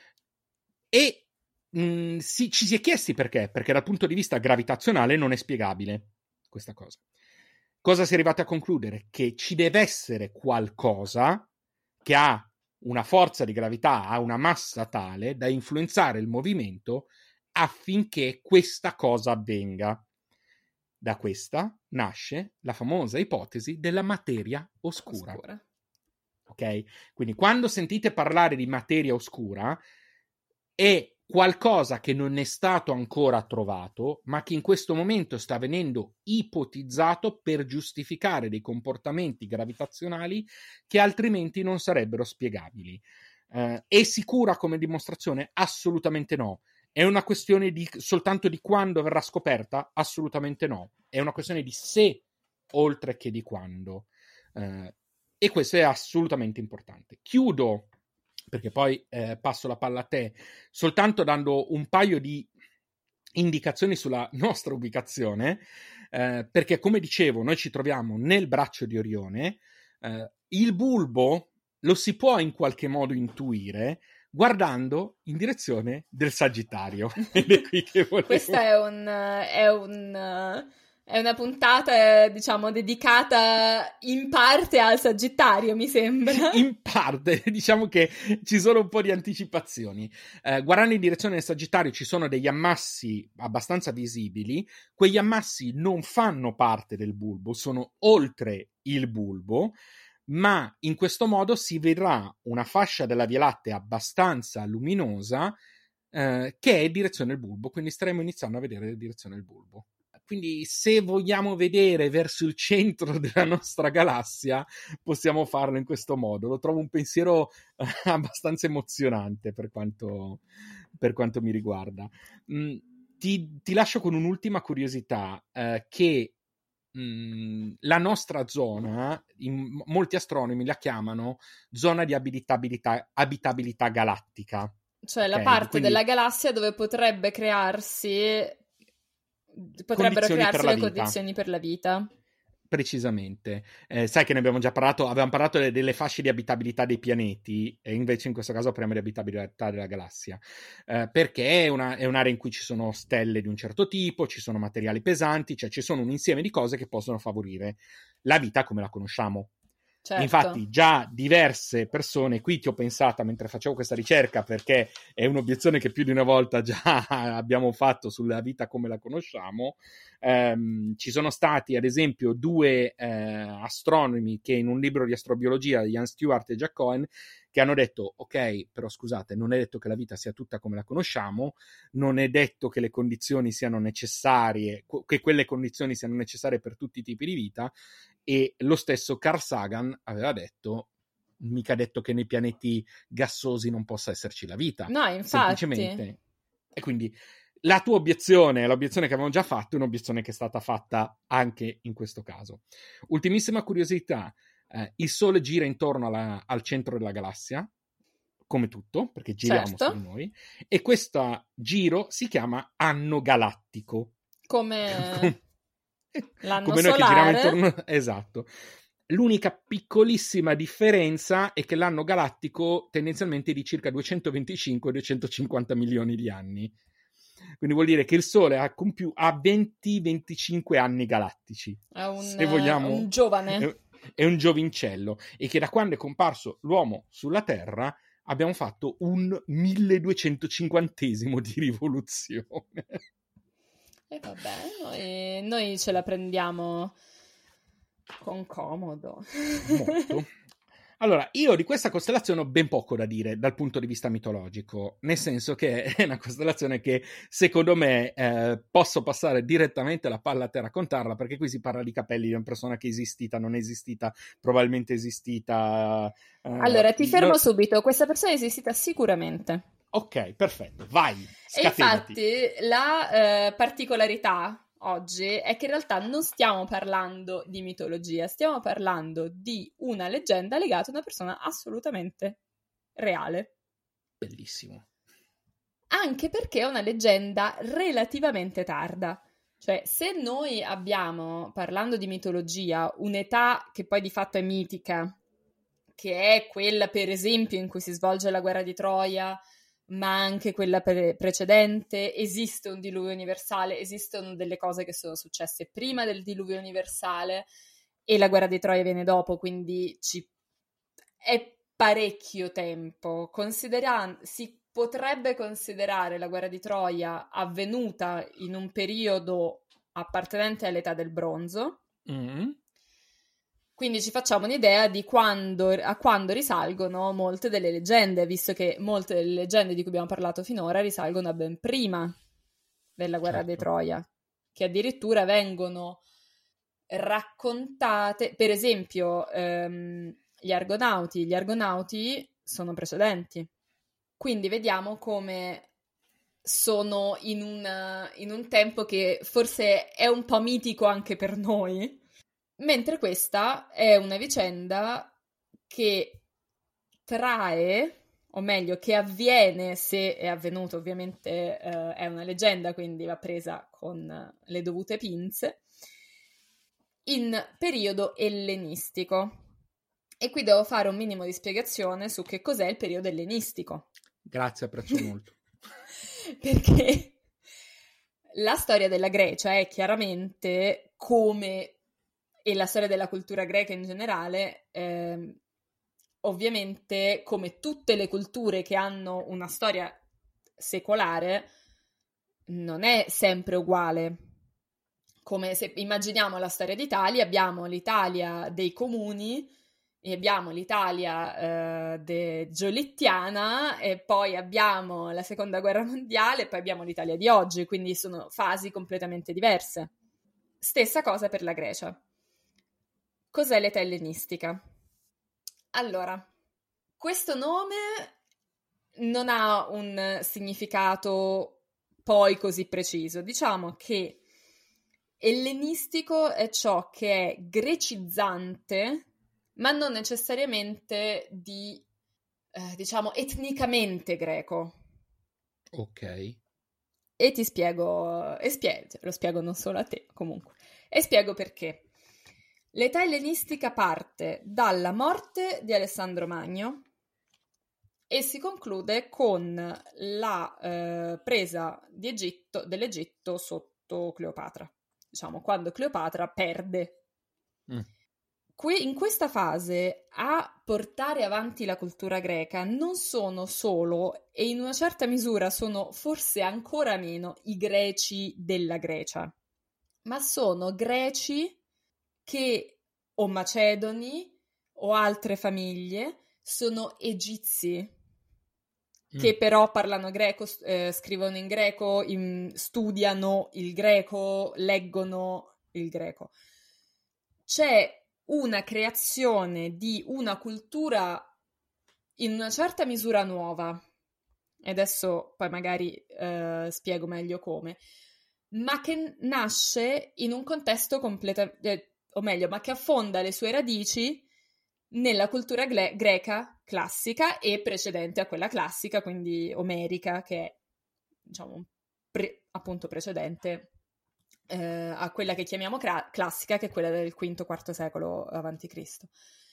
E mh, si, ci si è chiesti perché, perché dal punto di vista gravitazionale non è spiegabile questa cosa. Cosa si è arrivati a concludere? Che ci deve essere qualcosa che ha una forza di gravità, ha una massa tale da influenzare il movimento affinché questa cosa avvenga. Da questa nasce la famosa ipotesi della materia oscura. oscura. Ok? Quindi quando sentite parlare di materia oscura è qualcosa che non è stato ancora trovato, ma che in questo momento sta venendo ipotizzato per giustificare dei comportamenti gravitazionali che altrimenti non sarebbero spiegabili. Eh, è sicura come dimostrazione? Assolutamente no. È una questione di, soltanto di quando verrà scoperta? Assolutamente no. È una questione di se, oltre che di quando. Eh, e questo è assolutamente importante. Chiudo, perché poi eh, passo la palla a te, soltanto dando un paio di indicazioni sulla nostra ubicazione, eh, perché come dicevo noi ci troviamo nel braccio di Orione, eh, il bulbo lo si può in qualche modo intuire guardando in direzione del Sagittario. Ed è qui che volevo... Questa è un... È un... È una puntata, diciamo, dedicata in parte al Sagittario, mi sembra. In parte, diciamo che ci sono un po' di anticipazioni. Eh, guardando in direzione del Sagittario ci sono degli ammassi abbastanza visibili. Quegli ammassi non fanno parte del bulbo, sono oltre il bulbo, ma in questo modo si vedrà una fascia della Via Lattea abbastanza luminosa eh, che è in direzione del bulbo, quindi staremo iniziando a vedere la direzione del bulbo. Quindi se vogliamo vedere verso il centro della nostra galassia, possiamo farlo in questo modo. Lo trovo un pensiero eh, abbastanza emozionante per quanto, per quanto mi riguarda. Mm, ti, ti lascio con un'ultima curiosità, eh, che mh, la nostra zona, in, molti astronomi la chiamano zona di abitabilità, abitabilità galattica. Cioè la okay? parte Quindi, della galassia dove potrebbe crearsi... potrebbero crearsi le vita. condizioni per la vita. Precisamente. Eh, sai che ne abbiamo già parlato, avevamo parlato delle, delle fasce di abitabilità dei pianeti, e invece in questo caso parliamo di abitabilità della galassia, eh, perché è, una, è un'area in cui ci sono stelle di un certo tipo, ci sono materiali pesanti, cioè ci sono un insieme di cose che possono favorire la vita come la conosciamo. Certo. Infatti già diverse persone, qui ti ho pensata mentre facevo questa ricerca, perché è un'obiezione che più di una volta già abbiamo fatto sulla vita come la conosciamo. Um, ci sono stati ad esempio due eh, astronomi che in un libro di astrobiologia, Ian Stewart e Jack Cohen, che hanno detto ok, però scusate, non è detto che la vita sia tutta come la conosciamo, non è detto che le condizioni siano necessarie, che quelle condizioni siano necessarie per tutti i tipi di vita. E lo stesso Carl Sagan aveva detto, mica detto che nei pianeti gassosi non possa esserci la vita. No, infatti. Semplicemente. E quindi la tua obiezione, l'obiezione che avevamo già fatto, è un'obiezione che è stata fatta anche in questo caso. Ultimissima curiosità, eh, il Sole gira intorno alla, al centro della galassia, come tutto, perché giriamo certo. su di noi, e questo giro si chiama anno galattico. Come... L'anno come noi solare. che giriamo intorno, esatto. L'unica piccolissima differenza è che l'anno galattico tendenzialmente è di circa duecentoventicinque duecentocinquanta milioni di anni. Quindi vuol dire che il Sole ha, compiu- ha venti venticinque anni galattici. È un, se vogliamo, un giovane. È, è un giovincello. E che da quando è comparso l'uomo sulla Terra abbiamo fatto un milleduecentocinquantesimo di rivoluzione. E vabbè, noi, noi ce la prendiamo con comodo. Molto. Allora, io di questa costellazione ho ben poco da dire dal punto di vista mitologico, nel senso che è una costellazione che secondo me eh, posso passare direttamente la palla a te a raccontarla, perché qui si parla di capelli di una persona che è esistita, non è esistita, probabilmente esistita. Eh, allora, ti fermo non... subito, questa persona è esistita sicuramente. Ok, perfetto, vai, scatenati. E infatti la eh, particolarità oggi è che in realtà non stiamo parlando di mitologia, stiamo parlando di una leggenda legata a una persona assolutamente reale. Bellissimo. Anche perché è una leggenda relativamente tarda. Cioè, se noi abbiamo, parlando di mitologia, un'età che poi di fatto è mitica, che è quella, per esempio, in cui si svolge la guerra di Troia, ma anche quella pre- precedente, esiste un diluvio universale, esistono delle cose che sono successe prima del diluvio universale e la guerra di Troia viene dopo, quindi ci... è parecchio tempo. Considerando, si potrebbe considerare la guerra di Troia avvenuta in un periodo appartenente all'età del bronzo. Mm-hmm. Quindi ci facciamo un'idea di quando, a quando risalgono molte delle leggende, visto che molte delle leggende di cui abbiamo parlato finora risalgono a ben prima della guerra certo. di Troia, che addirittura vengono raccontate, per esempio ehm, gli Argonauti. Gli Argonauti sono precedenti, quindi vediamo come sono in un, in un tempo che forse è un po' mitico anche per noi. Mentre questa è una vicenda che trae, o meglio, che avviene, se è avvenuto, ovviamente eh, è una leggenda, quindi va presa con le dovute pinze, in periodo ellenistico. E qui devo fare un minimo di spiegazione su che cos'è il periodo ellenistico. Grazie, apprezzo molto. Perché la storia della Grecia è chiaramente come... e la storia della cultura greca in generale, eh, ovviamente, come tutte le culture che hanno una storia secolare, non è sempre uguale. Come se immaginiamo la storia d'Italia, abbiamo l'Italia dei comuni, e abbiamo l'Italia eh, de- giolittiana, e poi abbiamo la seconda guerra mondiale, e poi abbiamo l'Italia di oggi, quindi sono fasi completamente diverse. Stessa cosa per la Grecia. Cos'è l'età ellenistica? Allora, questo nome non ha un significato poi così preciso. Diciamo che ellenistico è ciò che è grecizzante, ma non necessariamente di, eh, diciamo, etnicamente greco. Ok. E ti spiego, e spie- lo spiego non solo a te, comunque. E spiego perché. L'età ellenistica parte dalla morte di Alessandro Magno e si conclude con la eh, presa di Egitto, dell'Egitto sotto Cleopatra. Diciamo, quando Cleopatra perde. Mm. que- in questa fase a portare avanti la cultura greca non sono solo, e in una certa misura sono forse ancora meno, i greci della Grecia, ma sono greci che, o macedoni, o altre famiglie, sono egizi, che mm. però parlano greco, eh, scrivono in greco, in, studiano il greco, leggono il greco. C'è una creazione di una cultura in una certa misura nuova, e adesso poi magari eh, spiego meglio come, ma che nasce in un contesto completamente, eh, o meglio, ma che affonda le sue radici nella cultura gle- greca classica e precedente a quella classica, quindi omerica, che è, diciamo, pre- appunto precedente eh, a quella che chiamiamo cra- classica, che è quella del quinto quarto secolo avanti Cristo.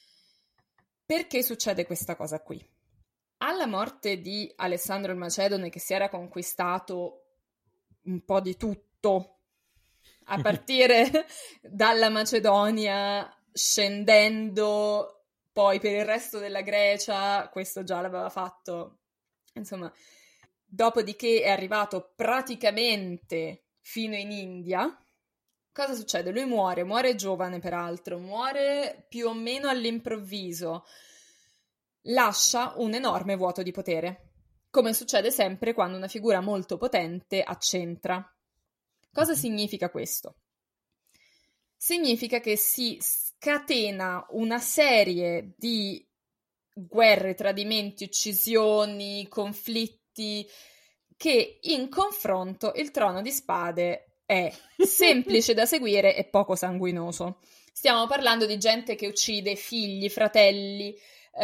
Perché succede questa cosa qui? Alla morte di Alessandro il Macedone, che si era conquistato un po' di tutto, a partire dalla Macedonia, scendendo poi per il resto della Grecia, questo già l'aveva fatto, insomma, dopodiché è arrivato praticamente fino in India. Cosa succede? Lui muore, muore giovane peraltro, muore più o meno all'improvviso, lascia un enorme vuoto di potere, come succede sempre quando una figura molto potente accentra. Cosa significa questo? Significa che si scatena una serie di guerre, tradimenti, uccisioni, conflitti, che in confronto il Trono di Spade è semplice da seguire e poco sanguinoso. Stiamo parlando di gente che uccide figli, fratelli,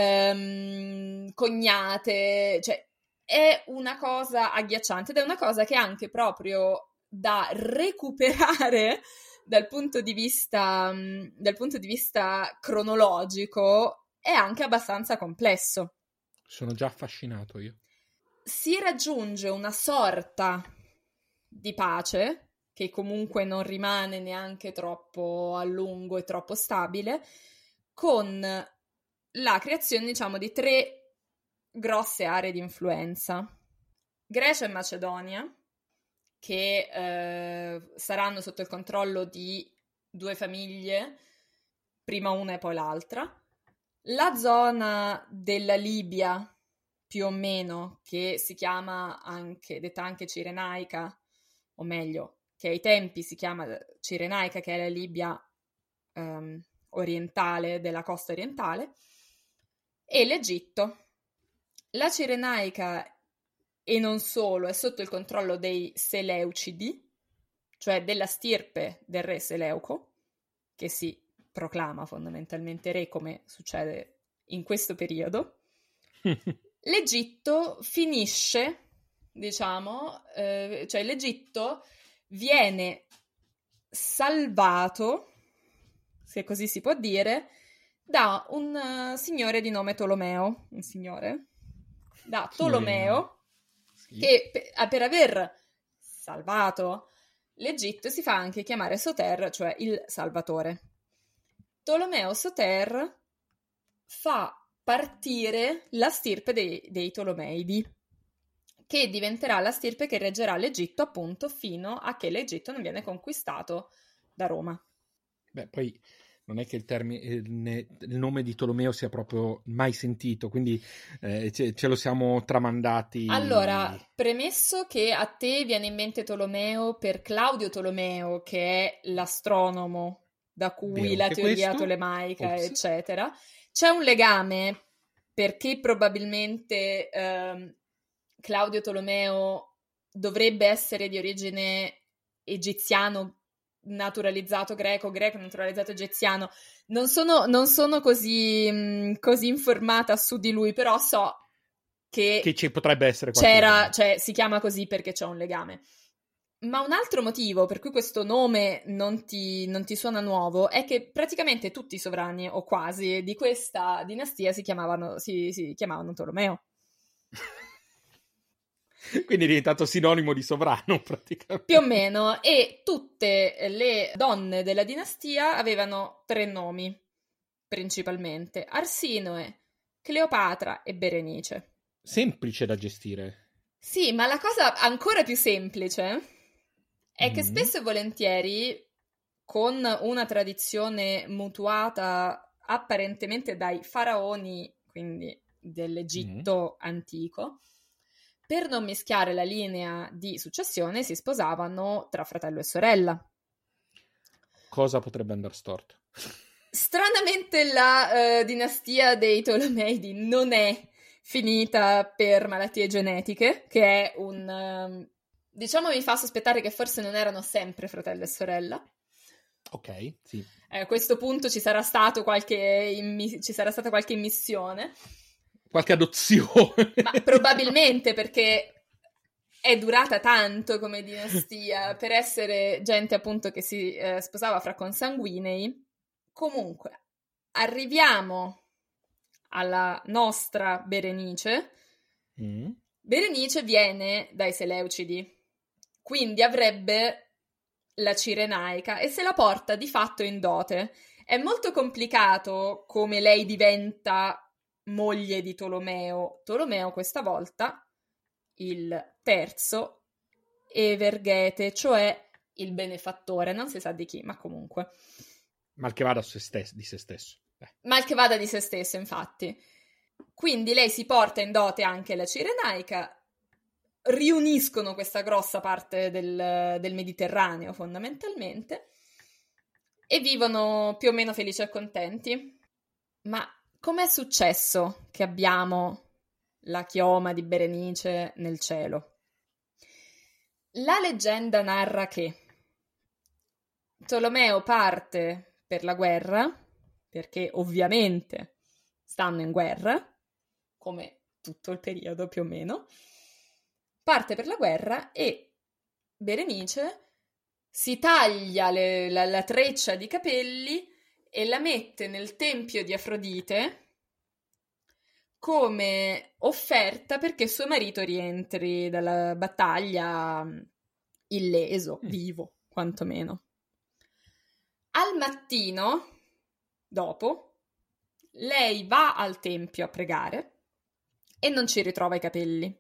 ehm, cognate, cioè è una cosa agghiacciante ed è una cosa che anche proprio da recuperare dal punto di vista, dal punto di vista cronologico è anche abbastanza complesso. Sono già affascinato io. Si raggiunge una sorta di pace, che comunque non rimane neanche troppo a lungo e troppo stabile, con la creazione, diciamo, di tre grosse aree di influenza. Grecia e Macedonia, che eh, saranno sotto il controllo di due famiglie, prima una e poi l'altra. La zona della Libia, più o meno, che si chiama anche, detta anche Cirenaica, o meglio, che ai tempi si chiama Cirenaica, che è la Libia ehm, orientale, della costa orientale, e l'Egitto. La Cirenaica, e non solo, è sotto il controllo dei Seleucidi, cioè della stirpe del re Seleuco, che si proclama fondamentalmente re, come succede in questo periodo. L'Egitto finisce, diciamo, eh, cioè l'Egitto viene salvato, se così si può dire, da un uh, signore di nome Tolomeo, un signore, da Tolomeo, sì. Che per, per aver salvato l'Egitto si fa anche chiamare Soter, cioè il Salvatore. Tolomeo Soter fa partire la stirpe dei, dei Tolomeidi, che diventerà la stirpe che reggerà l'Egitto appunto fino a che l'Egitto non viene conquistato da Roma. Beh, poi non è che il, termine, il nome di Tolomeo sia proprio mai sentito, quindi eh, ce, ce lo siamo tramandati. Allora, premesso che a te viene in mente Tolomeo per Claudio Tolomeo, che è l'astronomo da cui la teoria questo? tolemaica, Ops. eccetera, c'è un legame perché probabilmente ehm, Claudio Tolomeo dovrebbe essere di origine egiziano, naturalizzato greco, greco naturalizzato egiziano. Non sono, non sono così, mh, così informata su di lui, però so che, che ci potrebbe essere c'era, cioè si chiama così perché c'è un legame. Ma un altro motivo per cui questo nome non ti, non ti suona nuovo è che praticamente tutti i sovrani, o quasi, di questa dinastia si chiamavano, si, si chiamavano Tolomeo. Quindi è diventato sinonimo di sovrano, praticamente. Più o meno, e tutte le donne della dinastia avevano tre nomi. principalmente, Arsinoe, Cleopatra e Berenice. Semplice da gestire. Sì, ma la cosa ancora più semplice è che Mm. spesso e volentieri, con una tradizione mutuata apparentemente dai faraoni, quindi dell'Egitto antico, per non mischiare la linea di successione si sposavano tra fratello e sorella. Cosa potrebbe andare storto? Stranamente la eh, dinastia dei Tolomeidi non è finita per malattie genetiche, che è un... ehm, diciamo mi fa sospettare che forse non erano sempre fratello e sorella. Ok, sì. Eh, a questo punto ci sarà stato qualche immi- ci sarà stata qualche immissione, Qualche adozione. ma probabilmente perché è durata tanto come dinastia per essere gente appunto che si eh, sposava fra consanguinei. Comunque, arriviamo alla nostra Berenice. Mm. Berenice viene dai Seleucidi, quindi avrebbe la Cirenaica e se la porta di fatto in dote. È molto complicato come lei diventa moglie di Tolomeo. Tolomeo questa volta, il terzo, Evergete, cioè il benefattore, non si sa di chi, ma comunque. Mal che vada se stes- di se stesso. Beh. Mal che vada di se stesso, infatti. Quindi lei si porta in dote anche la Cirenaica, riuniscono questa grossa parte del, del Mediterraneo fondamentalmente e vivono più o meno felici e contenti. Ma com'è successo che abbiamo la chioma di Berenice nel cielo? La leggenda narra che Tolomeo parte per la guerra, perché ovviamente stanno in guerra, come tutto il periodo più o meno, parte per la guerra e Berenice si taglia le, la, la treccia di capelli e la mette nel tempio di Afrodite come offerta perché suo marito rientri dalla battaglia illeso, Mm. vivo, quantomeno. Al mattino, dopo, lei va al tempio a pregare e non ci ritrova i capelli.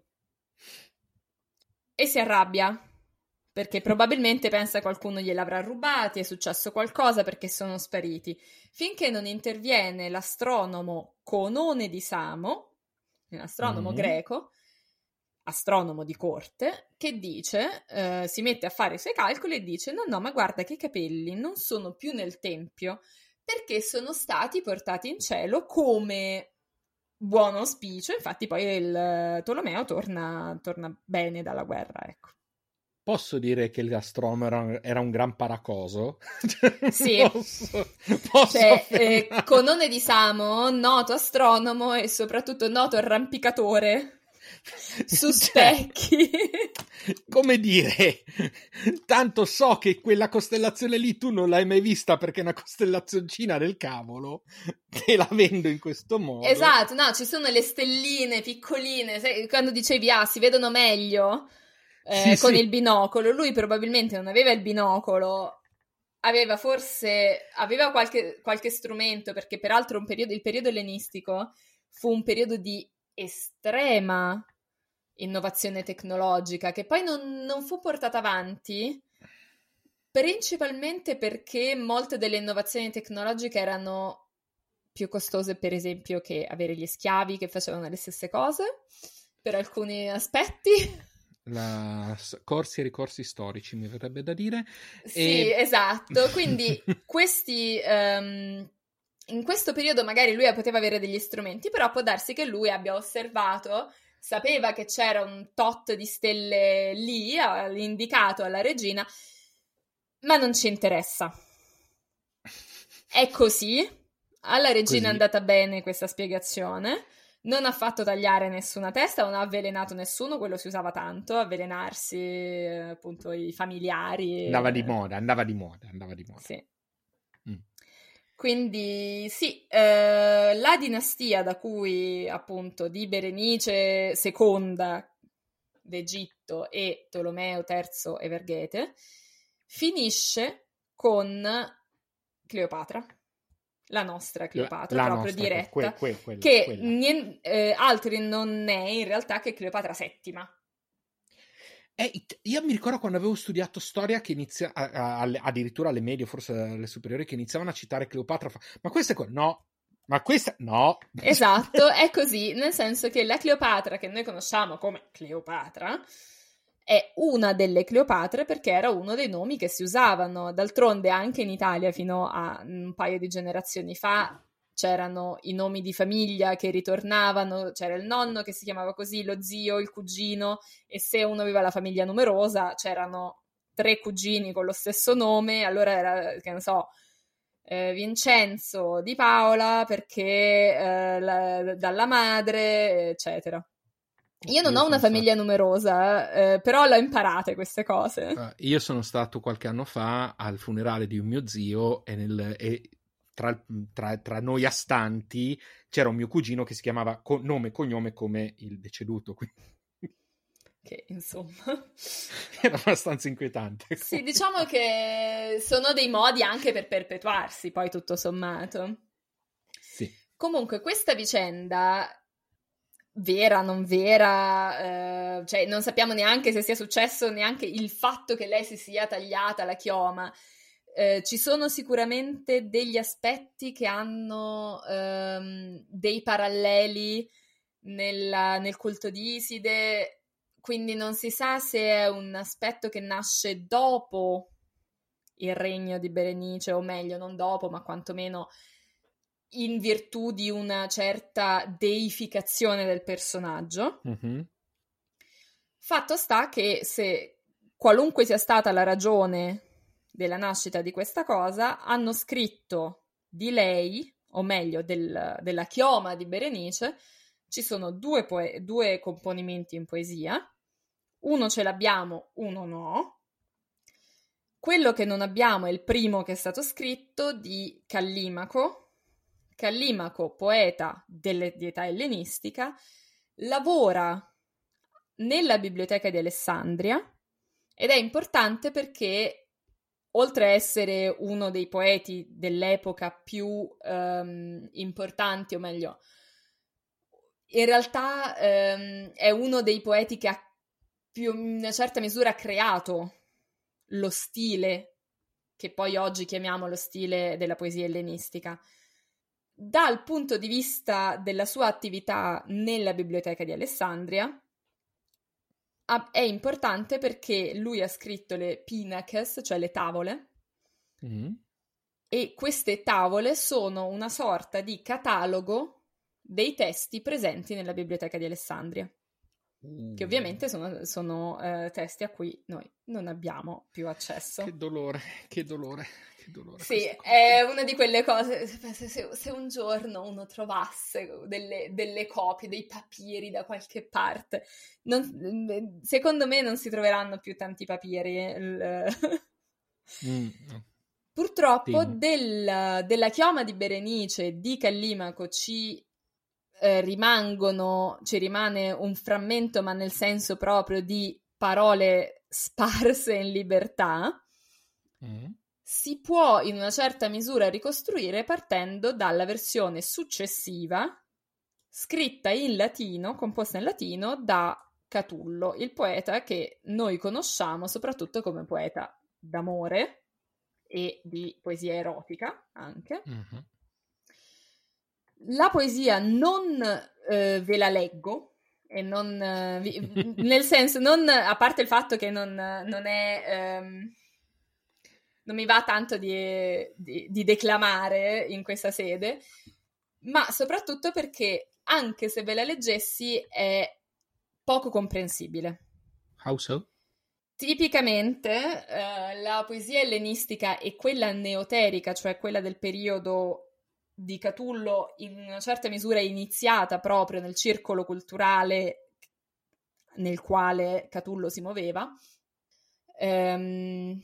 E si arrabbia, perché probabilmente pensa qualcuno gliel'avrà rubati, è successo qualcosa perché sono spariti. Finché non interviene l'astronomo Conone di Samo, un astronomo Mm. greco, astronomo di corte, che dice, eh, si mette a fare i suoi calcoli e dice no, no, ma guarda che i capelli non sono più nel tempio perché sono stati portati in cielo come buon auspicio, infatti poi il Tolomeo torna, torna bene dalla guerra, ecco. Posso dire che l'astronomo era un gran paracoso? Sì, posso, posso cioè, eh, Conone di Samo, noto astronomo e soprattutto noto arrampicatore su specchi. Cioè, come dire, tanto so che quella costellazione lì tu non l'hai mai vista perché è una costellazioncina del cavolo, te la vendo in questo modo. Esatto, no, ci sono le stelline piccoline, sai, quando dicevi ah, si vedono meglio eh, Sì, con sì. il binocolo, lui probabilmente non aveva il binocolo, aveva forse, aveva qualche, qualche strumento, perché peraltro un periodo, il periodo ellenistico fu un periodo di estrema innovazione tecnologica che poi non, non fu portata avanti principalmente perché molte delle innovazioni tecnologiche erano più costose, per esempio, che avere gli schiavi che facevano le stesse cose per alcuni aspetti. La corsi e ricorsi storici, mi verrebbe da dire. Sì, e... esatto. Quindi questi um, in questo periodo magari lui poteva avere degli strumenti, però può darsi che lui abbia osservato, sapeva che c'era un tot di stelle lì, ha indicato alla regina, ma non ci interessa. È così. Alla regina Così. è andata bene questa spiegazione. Non ha fatto tagliare nessuna testa, non ha avvelenato nessuno, quello si usava tanto, avvelenarsi eh, appunto i familiari. Andava di moda, andava di moda, andava di moda. Sì. Mm. Quindi sì, eh, la dinastia da cui appunto di Berenice seconda d'Egitto e Tolomeo terzo Evergete finisce con Cleopatra, la nostra Cleopatra, la, la proprio nostra, diretta, que, que, quella, che quella. Nien, eh, altri non è in realtà che Cleopatra settima. Eh, io mi ricordo quando avevo studiato storia che inizia a, a, a, addirittura alle medie, forse alle superiori, che iniziavano a citare Cleopatra. Fa, ma questa è qua? No. Ma questa no. Esatto, è così, nel senso che la Cleopatra che noi conosciamo come Cleopatra è una delle Cleopatre perché era uno dei nomi che si usavano. D'altronde anche in Italia fino a un paio di generazioni fa c'erano i nomi di famiglia che ritornavano, c'era il nonno che si chiamava così, lo zio, il cugino, e se uno aveva la famiglia numerosa c'erano tre cugini con lo stesso nome, allora era, che ne so, eh, Vincenzo di Paola perché eh, la, dalla madre, eccetera. Io non io ho una famiglia stato... numerosa, eh, però l'ho imparate queste cose. Uh, io sono stato qualche anno fa al funerale di un mio zio e, nel, e tra, tra, tra noi astanti c'era un mio cugino che si chiamava con nome e cognome come il deceduto. Quindi... Che insomma era abbastanza inquietante. Sì, diciamo che sono dei modi anche per perpetuarsi, poi tutto sommato. Sì. Comunque questa vicenda, vera, non vera, eh, cioè non sappiamo neanche se sia successo, neanche il fatto che lei si sia tagliata la chioma. Eh, ci sono sicuramente degli aspetti che hanno ehm, dei paralleli nella, nel culto di Iside, quindi non si sa se è un aspetto che nasce dopo il regno di Berenice, o meglio, non dopo, ma quantomeno in virtù di una certa deificazione del personaggio. Mm-hmm. Fatto sta che se qualunque sia stata la ragione della nascita di questa cosa, hanno scritto di lei, o meglio del, della chioma di Berenice, ci sono due, poe- due componimenti in poesia, uno ce l'abbiamo, uno no. Quello che non abbiamo è il primo che è stato scritto di Callimaco. Callimaco, poeta delle, di età ellenistica, lavora nella biblioteca di Alessandria ed è importante perché, oltre a essere uno dei poeti dell'epoca più um, importanti, o meglio, in realtà um, è uno dei poeti che ha più, in una certa misura creato lo stile che poi oggi chiamiamo lo stile della poesia ellenistica. Dal punto di vista della sua attività nella biblioteca di Alessandria, è importante perché lui ha scritto le pinaches, cioè le tavole, mm. e queste tavole sono una sorta di catalogo dei testi presenti nella biblioteca di Alessandria, mm. che ovviamente sono, sono uh, testi a cui noi non abbiamo più accesso. Che dolore, che dolore. Dolore, sì, è una di quelle cose, se, se un giorno uno trovasse delle, delle copie, dei papiri da qualche parte, non, secondo me non si troveranno più tanti papiri. Il... Mm, no. Purtroppo del, della chioma di Berenice e di Callimaco ci eh, rimangono, ci rimane un frammento, ma nel senso proprio di parole sparse in libertà. Mm. Si può in una certa misura ricostruire partendo dalla versione successiva, scritta in latino, composta in latino da Catullo, il poeta che noi conosciamo soprattutto come poeta d'amore e di poesia erotica anche. Mm-hmm. La poesia non eh, ve la leggo, e non eh, vi, nel senso, non, a parte il fatto che non, non è... Ehm, non mi va tanto di, di, di declamare in questa sede, ma soprattutto perché, anche se ve la leggessi, è poco comprensibile. How so? Tipicamente eh, la poesia ellenistica e quella neoterica, cioè quella del periodo di Catullo, in una certa misura iniziata proprio nel circolo culturale nel quale Catullo si muoveva, ehm,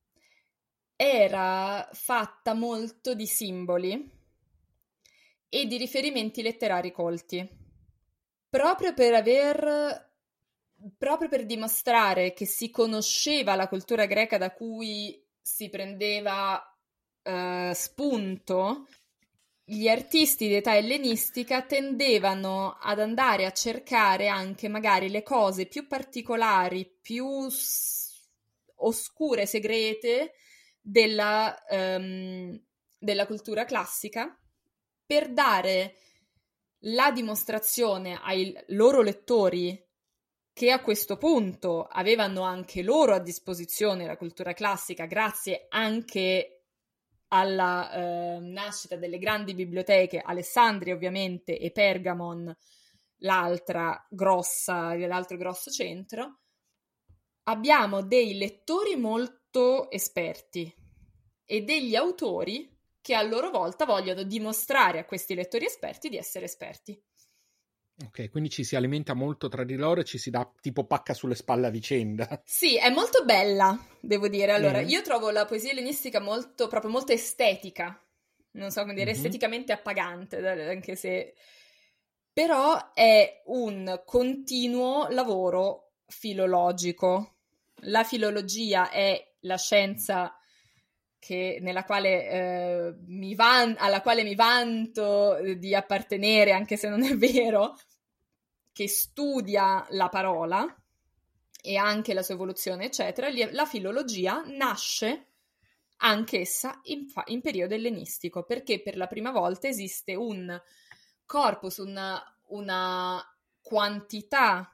era fatta molto di simboli e di riferimenti letterari colti, proprio per aver, proprio per dimostrare che si conosceva la cultura greca da cui si prendeva eh, spunto gli artisti di età ellenistica tendevano ad andare a cercare anche magari le cose più particolari, più s- oscure, segrete della, um, della cultura classica, per dare la dimostrazione ai loro lettori, che a questo punto avevano anche loro a disposizione la cultura classica, grazie anche alla eh, nascita delle grandi biblioteche, Alessandria ovviamente e Pergamon, l'altra grossa, l'altro grosso centro. Abbiamo dei lettori molto esperti e degli autori che a loro volta vogliono dimostrare a questi lettori esperti di essere esperti. Ok, quindi ci si alimenta molto tra di loro e ci si dà tipo pacca sulle spalle a vicenda. Sì, è molto bella, devo dire. Allora, Mm. io trovo la poesia ellenistica molto, proprio molto estetica. Non so come dire, Mhm. esteticamente appagante, anche se... Però è un continuo lavoro filologico. La filologia è la scienza che, nella quale, eh, mi van- alla quale mi vanto di appartenere, anche se non è vero, che studia la parola e anche la sua evoluzione, eccetera. La filologia nasce anch'essa in, fa- in periodo ellenistico, perché per la prima volta esiste un corpus, una, una quantità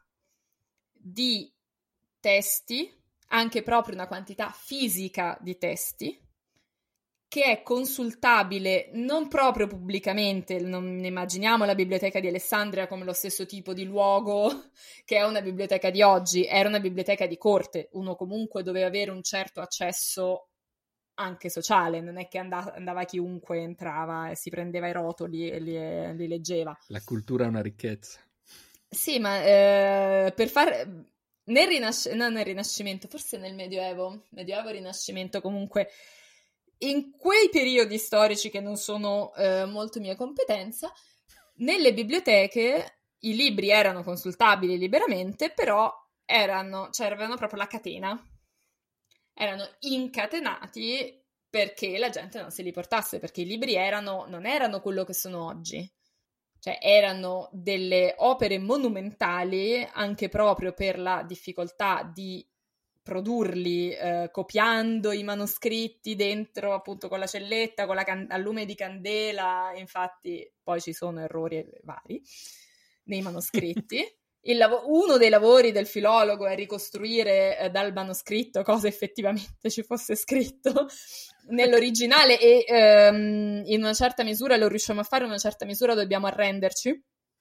di testi, anche proprio una quantità fisica di testi, che è consultabile non proprio pubblicamente, non immaginiamo la biblioteca di Alessandria come lo stesso tipo di luogo che è una biblioteca di oggi, era una biblioteca di corte, uno comunque doveva avere un certo accesso anche sociale, non è che andava, andava chiunque, entrava e si prendeva i rotoli e li, li leggeva. La cultura è una ricchezza. Sì, ma eh, per fare... Nel Rinascimento, non nel Rinascimento, forse nel Medioevo, Medioevo Rinascimento comunque, in quei periodi storici che non sono eh, molto mia competenza, nelle biblioteche i libri erano consultabili liberamente, però erano, cioè avevano proprio la catena, erano incatenati perché la gente non se li portasse, perché i libri erano, non erano quello che sono oggi. Cioè erano delle opere monumentali anche proprio per la difficoltà di produrli eh, copiando i manoscritti dentro appunto con la celletta, con la can- a lume di candela, infatti poi ci sono errori vari nei manoscritti. Il lav- uno dei lavori del filologo è ricostruire eh, dal manoscritto cosa effettivamente ci fosse scritto nell'originale e ehm, in una certa misura lo riusciamo a fare, in una certa misura dobbiamo arrenderci,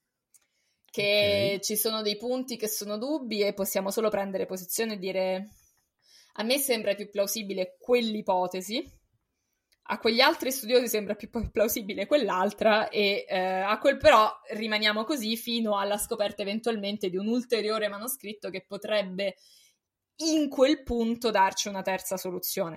che Ok. ci sono dei punti che sono dubbi e possiamo solo prendere posizione e dire a me sembra più plausibile quell'ipotesi, a quegli altri studiosi sembra più plausibile quell'altra e eh, a quel però rimaniamo così fino alla scoperta eventualmente di un ulteriore manoscritto che potrebbe in quel punto darci una terza soluzione.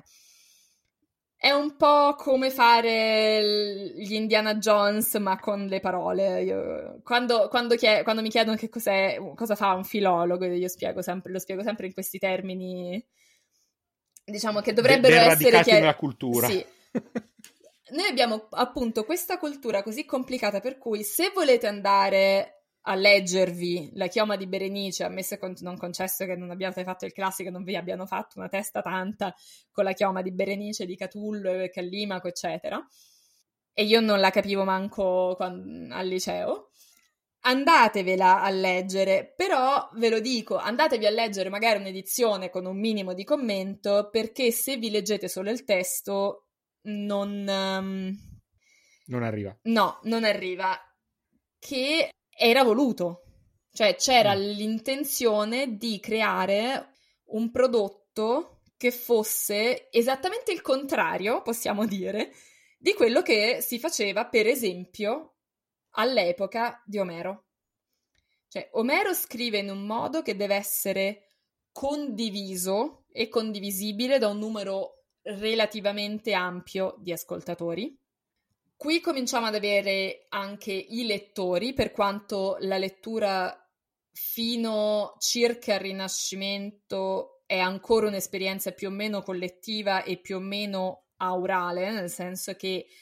È un po' come fare gli Indiana Jones, ma con le parole. Io, quando, quando, chie- quando mi chiedono che cos'è, cosa fa un filologo, io spiego sempre, lo spiego sempre in questi termini, diciamo che dovrebbero ben essere radicati chiari. nella cultura. Sì. Noi abbiamo appunto questa cultura così complicata per cui se volete andare a leggervi La chioma di Berenice, ammesso e non concesso che non abbiate fatto il classico e non vi abbiano fatto una testa tanta con La chioma di Berenice di Catullo e Callimaco, eccetera, e io non la capivo manco quando, al liceo, andatevela a leggere, però ve lo dico, andatevi a leggere magari un'edizione con un minimo di commento, perché se vi leggete solo il testo non... Um, non arriva. No, non arriva. Che era voluto. Cioè c'era Mm. l'intenzione di creare un prodotto che fosse esattamente il contrario, possiamo dire, di quello che si faceva, per esempio, all'epoca di Omero. Cioè, Omero scrive in un modo che deve essere condiviso e condivisibile da un numero relativamente ampio di ascoltatori. Qui cominciamo ad avere anche i lettori, per quanto la lettura fino circa al Rinascimento è ancora un'esperienza più o meno collettiva e più o meno aurale, nel senso che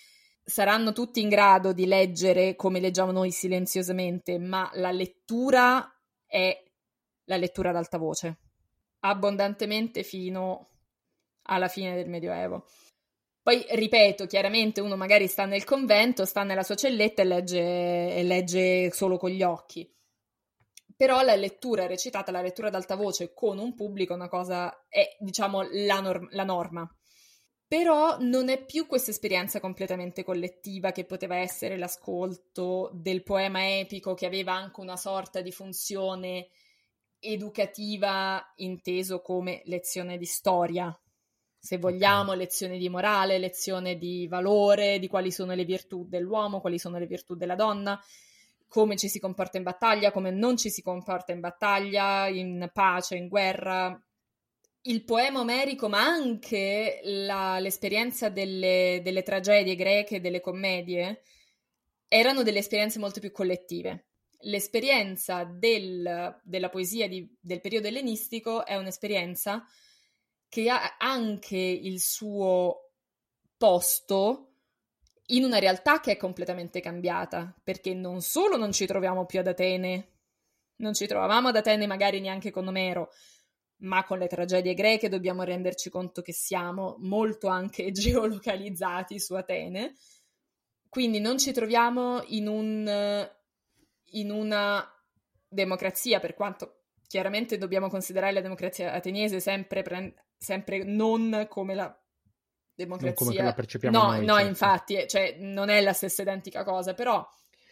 saranno tutti in grado di leggere come leggiamo noi silenziosamente, ma la lettura è la lettura ad alta voce, abbondantemente fino alla fine del Medioevo. Poi, ripeto, chiaramente uno magari sta nel convento, sta nella sua celletta e legge, e legge solo con gli occhi. Però la lettura recitata, la lettura ad alta voce con un pubblico è una cosa, è diciamo la, norm- la norma. Però non è più questa esperienza completamente collettiva che poteva essere l'ascolto del poema epico, che aveva anche una sorta di funzione educativa inteso come lezione di storia, se vogliamo, okay. Lezione di morale, lezione di valore, di quali sono le virtù dell'uomo, quali sono le virtù della donna, come ci si comporta in battaglia, come non ci si comporta in battaglia, in pace, in guerra. Il poema omerico, ma anche la, l'esperienza delle, delle tragedie greche, delle commedie, erano delle esperienze molto più collettive. L'esperienza del, della poesia di, del periodo ellenistico è un'esperienza che ha anche il suo posto in una realtà che è completamente cambiata, perché non solo non ci troviamo più ad Atene, non ci trovavamo ad Atene magari neanche con Omero, ma con le tragedie greche dobbiamo renderci conto che siamo molto anche geolocalizzati su Atene, quindi non ci troviamo in un in una democrazia, per quanto chiaramente dobbiamo considerare la democrazia ateniese sempre, pre- sempre non come la democrazia... Non come la percepiamo no, noi. No, certo. Infatti, cioè, non è la stessa identica cosa, però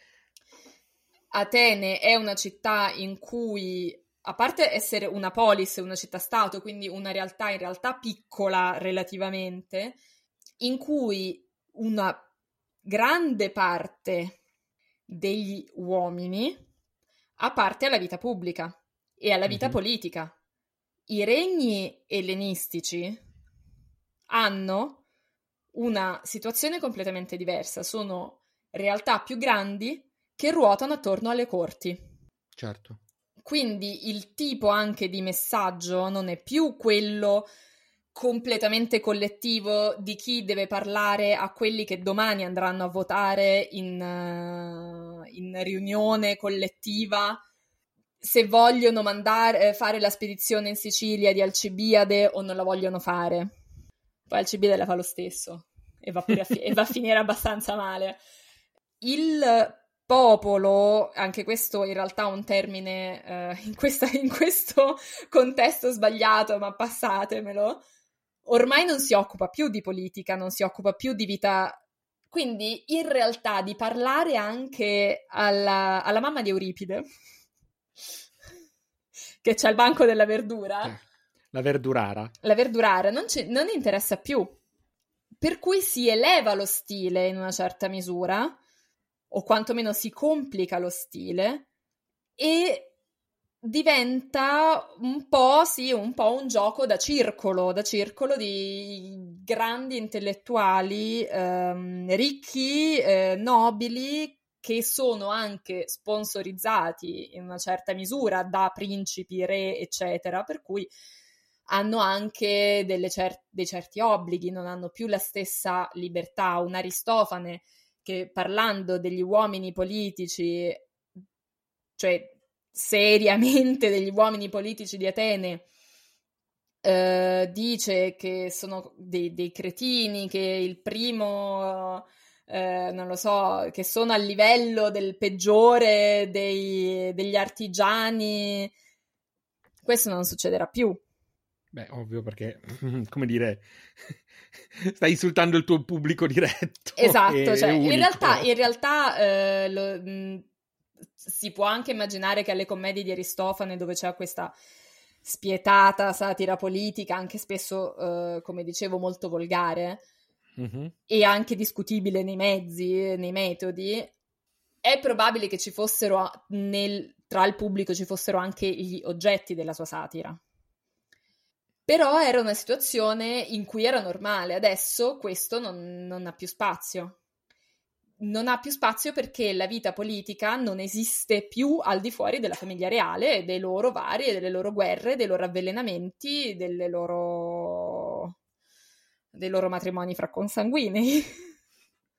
Atene è una città in cui, a parte essere una polis, una città-stato, quindi una realtà in realtà piccola relativamente, in cui una grande parte degli uomini a parte alla vita pubblica e alla vita mm-hmm. politica. I regni ellenistici hanno una situazione completamente diversa, sono realtà più grandi che ruotano attorno alle corti. Certo. Quindi il tipo anche di messaggio non è più quello completamente collettivo di chi deve parlare a quelli che domani andranno a votare in, uh, in riunione collettiva se vogliono mandare, fare la spedizione in Sicilia di Alcibiade o non la vogliono fare. Poi Alcibiade la fa lo stesso e va, pure a, fi- e va a finire abbastanza male. Il popolo, anche questo in realtà è un termine uh, in, questa, in questo contesto sbagliato, ma passatemelo, ormai non si occupa più di politica, non si occupa più di vita, quindi in realtà di parlare anche alla, alla mamma di Euripide, che c'è il banco della verdura, eh, la verdurara, la verdurara non, ci, non interessa più, per cui si eleva lo stile in una certa misura, o quantomeno si complica lo stile, e diventa un po', sì, un po' un gioco da circolo, da circolo di grandi intellettuali ehm, ricchi, eh, nobili, che sono anche sponsorizzati in una certa misura da principi, re, eccetera, per cui hanno anche delle cer- dei certi obblighi, non hanno più la stessa libertà. Un Aristofane che parlando degli uomini politici, cioè seriamente degli uomini politici di Atene, eh, dice che sono dei, dei cretini, che il primo, eh, non lo so, che sono al livello del peggiore dei, degli artigiani. Questo non succederà più. Beh, ovvio, perché, come dire, stai insultando il tuo pubblico diretto. Esatto, cioè, in realtà, in realtà eh, lo, mh, si può anche immaginare che alle commedie di Aristofane, dove c'è questa spietata satira politica, anche spesso, eh, come dicevo, molto volgare, mm-hmm. e anche discutibile nei mezzi, nei metodi, è probabile che ci fossero, nel, tra il pubblico ci fossero anche gli oggetti della sua satira. Però era una situazione in cui era normale, adesso questo non, non ha più spazio. Non ha più spazio perché la vita politica non esiste più al di fuori della famiglia reale, dei loro vari, delle loro guerre, dei loro avvelenamenti, delle loro... dei loro matrimoni fra consanguinei.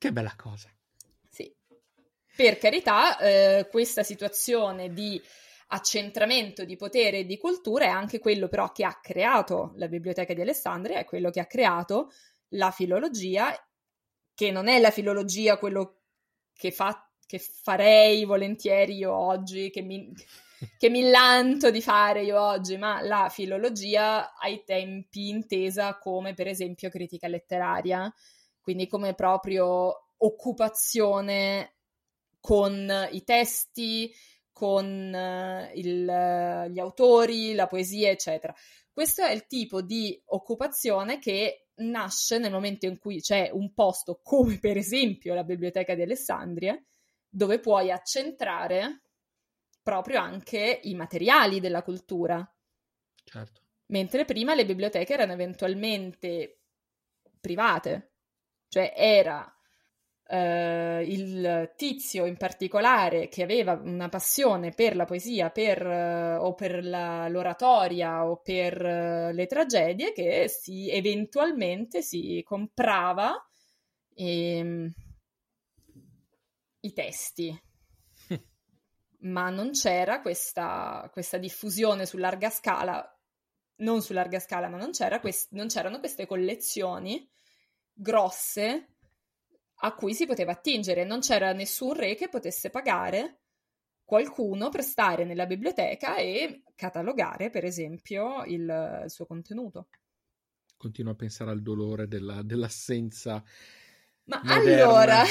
Che bella cosa. Sì. Per carità, eh, questa situazione di accentramento di potere e di cultura è anche quello però che ha creato la Biblioteca di Alessandria, è quello che ha creato la filologia, che non è la filologia quello che, fa, che farei volentieri io oggi, che mi, che mi lanto di fare io oggi, ma la filologia ai tempi intesa come per esempio critica letteraria, quindi come proprio occupazione con i testi, con uh, il, uh, gli autori, la poesia, eccetera. Questo è il tipo di occupazione che nasce nel momento in cui c'è un posto come per esempio la Biblioteca di Alessandria, dove puoi accentrare proprio anche i materiali della cultura. Certo. Mentre prima le biblioteche erano eventualmente private, cioè era Uh, il tizio in particolare che aveva una passione per la poesia per, uh, o per la, l'oratoria o per uh, le tragedie che si eventualmente si comprava ehm, i testi ma non c'era questa, questa diffusione su larga scala, non su larga scala ma non, c'era quest- non c'erano queste collezioni grosse a cui si poteva attingere. Non c'era nessun re che potesse pagare qualcuno per stare nella biblioteca e catalogare, per esempio, il, il suo contenuto. Continuo a pensare al dolore della, dell'assenza Ma moderna. allora,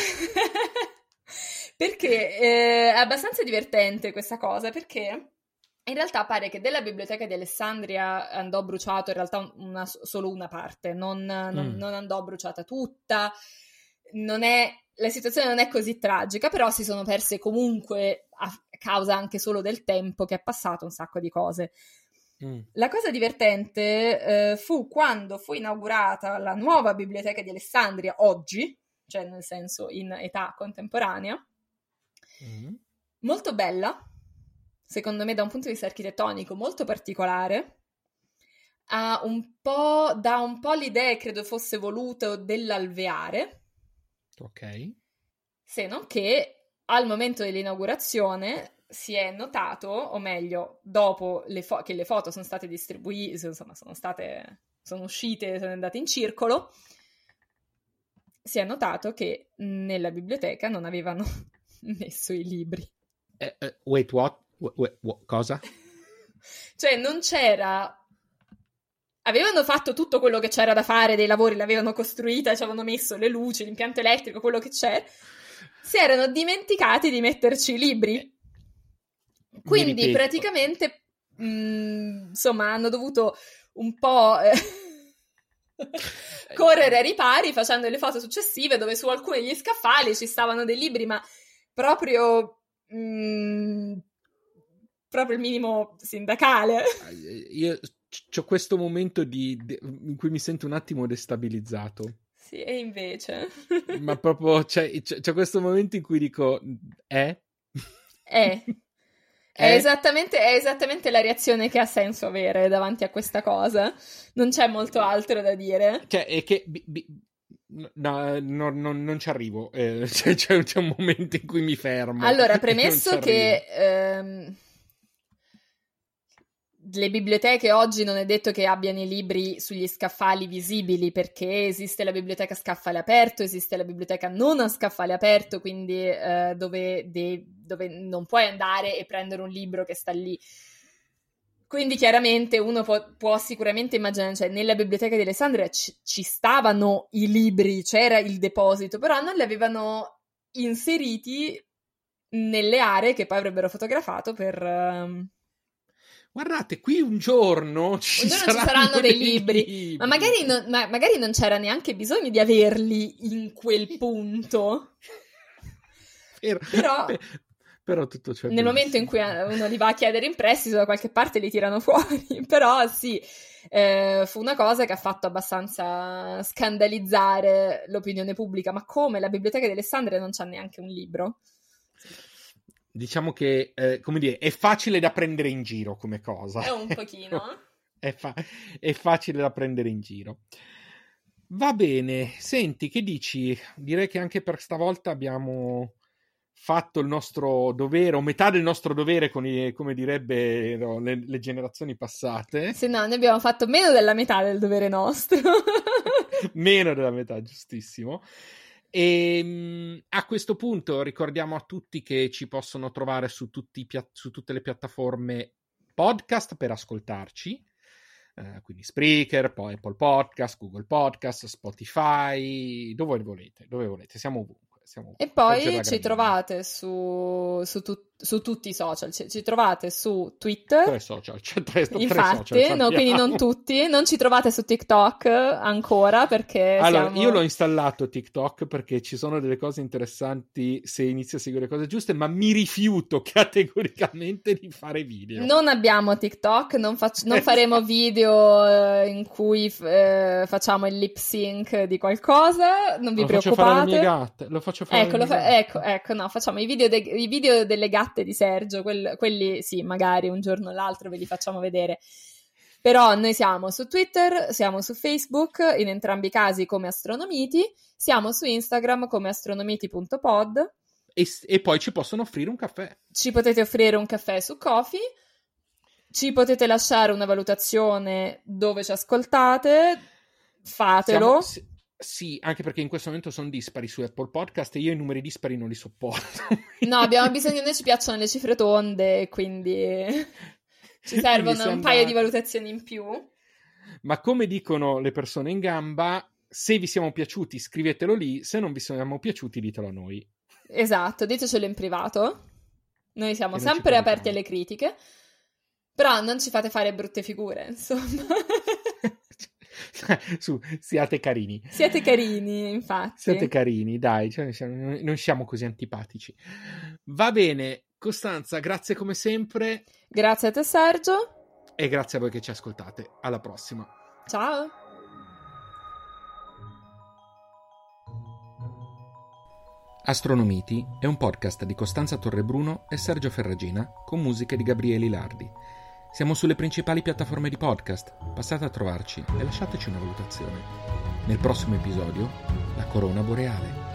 perché eh, è abbastanza divertente questa cosa, perché in realtà pare che della Biblioteca di Alessandria andò bruciato in realtà una, solo una parte, non, non, mm. non andò bruciata tutta. Non è, la situazione non è così tragica, però si sono perse comunque a causa anche solo del tempo che è passato un sacco di cose. Mm. La cosa divertente eh, fu quando fu inaugurata la nuova Biblioteca di Alessandria oggi, cioè nel senso in età contemporanea, mm. molto bella, secondo me da un punto di vista architettonico molto particolare, ha un po', dà un po' l'idea, credo fosse voluto, dell'alveare. Ok. Se non che al momento dell'inaugurazione si è notato, o meglio, dopo le fo- che le foto sono state distribuite, insomma, sono state, sono uscite, sono andate in circolo, si è notato che nella biblioteca non avevano messo i libri. Uh, uh, wait, what? Wait, what? Cosa? Cioè, non c'era... Avevano fatto tutto quello che c'era da fare, dei lavori, l'avevano costruita, ci avevano messo le luci, l'impianto elettrico, quello che c'è. Si erano dimenticati di metterci i libri. Quindi praticamente, mh, insomma, hanno dovuto un po' eh, correre ai ripari facendo le foto successive dove su alcuni degli scaffali ci stavano dei libri, ma proprio... Mh, proprio il minimo sindacale. Io... C'ho questo momento di, di, in cui mi sento un attimo destabilizzato. Sì, e invece? Ma proprio, c'è, c'è, c'è questo momento in cui dico, eh? Eh. È, eh? esattamente, è esattamente la reazione che ha senso avere davanti a questa cosa. Non c'è molto altro da dire. Cioè, è che... Bi, bi, no, no, no, non ci arrivo. Eh, c'è, c'è un momento in cui mi fermo. Allora, premesso che... Ehm, le biblioteche oggi non è detto che abbiano i libri sugli scaffali visibili, perché esiste la biblioteca a scaffale aperto, esiste la biblioteca non a scaffale aperto, quindi eh, dove, de- dove non puoi andare e prendere un libro che sta lì. Quindi chiaramente uno può, può sicuramente immaginare, cioè nella biblioteca di Alessandria ci, ci stavano i libri, c'era il deposito, però non li avevano inseriti nelle aree che poi avrebbero fotografato per... Um, Guardate, qui un giorno ci, un giorno saranno, ci saranno dei, dei libri, libri. Ma, magari non, ma magari non c'era neanche bisogno di averli in quel punto. Però, però, per, però tutto ciò è nel momento in cui uno li va a chiedere in prestito, da qualche parte li tirano fuori. Però sì, eh, fu una cosa che ha fatto abbastanza scandalizzare l'opinione pubblica. Ma come? La Biblioteca di Alessandria non c'ha neanche un libro? Diciamo che, eh, come dire, è facile da prendere in giro come cosa. È un pochino. è, fa- è facile da prendere in giro. Va bene, senti, che dici? Direi che anche per stavolta abbiamo fatto il nostro dovere, o metà del nostro dovere, con i, come direbbe no, le, le generazioni passate. Se no, ne abbiamo fatto meno della metà del dovere nostro. Meno della metà, giustissimo. E a questo punto ricordiamo a tutti che ci possono trovare su, tutti i pia- su tutte le piattaforme podcast per ascoltarci. Uh, quindi Spreaker, poi Apple Podcast, Google Podcast, Spotify, dove volete, dove volete, siamo ovunque. Siamo e poi ci trovate su, su, tu, su tutti i social, ci, ci trovate su Twitter. Tre social, cioè tre, Infatti, tre social, no, quindi non tutti, non ci trovate su TikTok ancora perché allora, siamo... io l'ho installato TikTok perché ci sono delle cose interessanti se inizio a seguire cose giuste, ma mi rifiuto categoricamente di fare video. Non abbiamo TikTok, non, fac- non faremo video eh, in cui eh, facciamo il lip sync di qualcosa, non vi lo preoccupate. Faccio fare alle mie gatte, lo faccio fare ecco, lo fa- ecco, ecco, no, facciamo i video, de- i video delle gatte di Sergio, quel- quelli sì, magari un giorno o l'altro ve li facciamo vedere. Però noi siamo su Twitter, siamo su Facebook, in entrambi i casi come Astronomiti, siamo su Instagram come astronomiti punto pod. E, e poi ci possono offrire un caffè. Ci potete offrire un caffè su Ko-fi, ci potete lasciare una valutazione dove ci ascoltate, fatelo. Siamo, sì, anche perché in questo momento sono dispari su Apple Podcast e io i numeri dispari non li sopporto. No, abbiamo bisogno, noi ci piacciono le cifre tonde, quindi ci servono un paio di valutazioni in più. Ma come dicono le persone in gamba, se vi siamo piaciuti scrivetelo lì, se non vi siamo piaciuti ditelo a noi. Esatto, ditecelo in privato. Noi siamo sempre aperti alle critiche, però non ci fate fare brutte figure, insomma. Su, siate carini. Siate carini, infatti. Siate carini, dai, cioè, non siamo così antipatici. Va bene, Costanza, grazie come sempre. Grazie a te, Sergio. E grazie a voi che ci ascoltate. Alla prossima. Ciao. Astronomiti è un podcast di Costanza Torrebruno e Sergio Ferragina con musiche di Gabriele Ilardi. Siamo sulle principali piattaforme di podcast. Passate a trovarci e lasciateci una valutazione. Nel prossimo episodio, la corona boreale.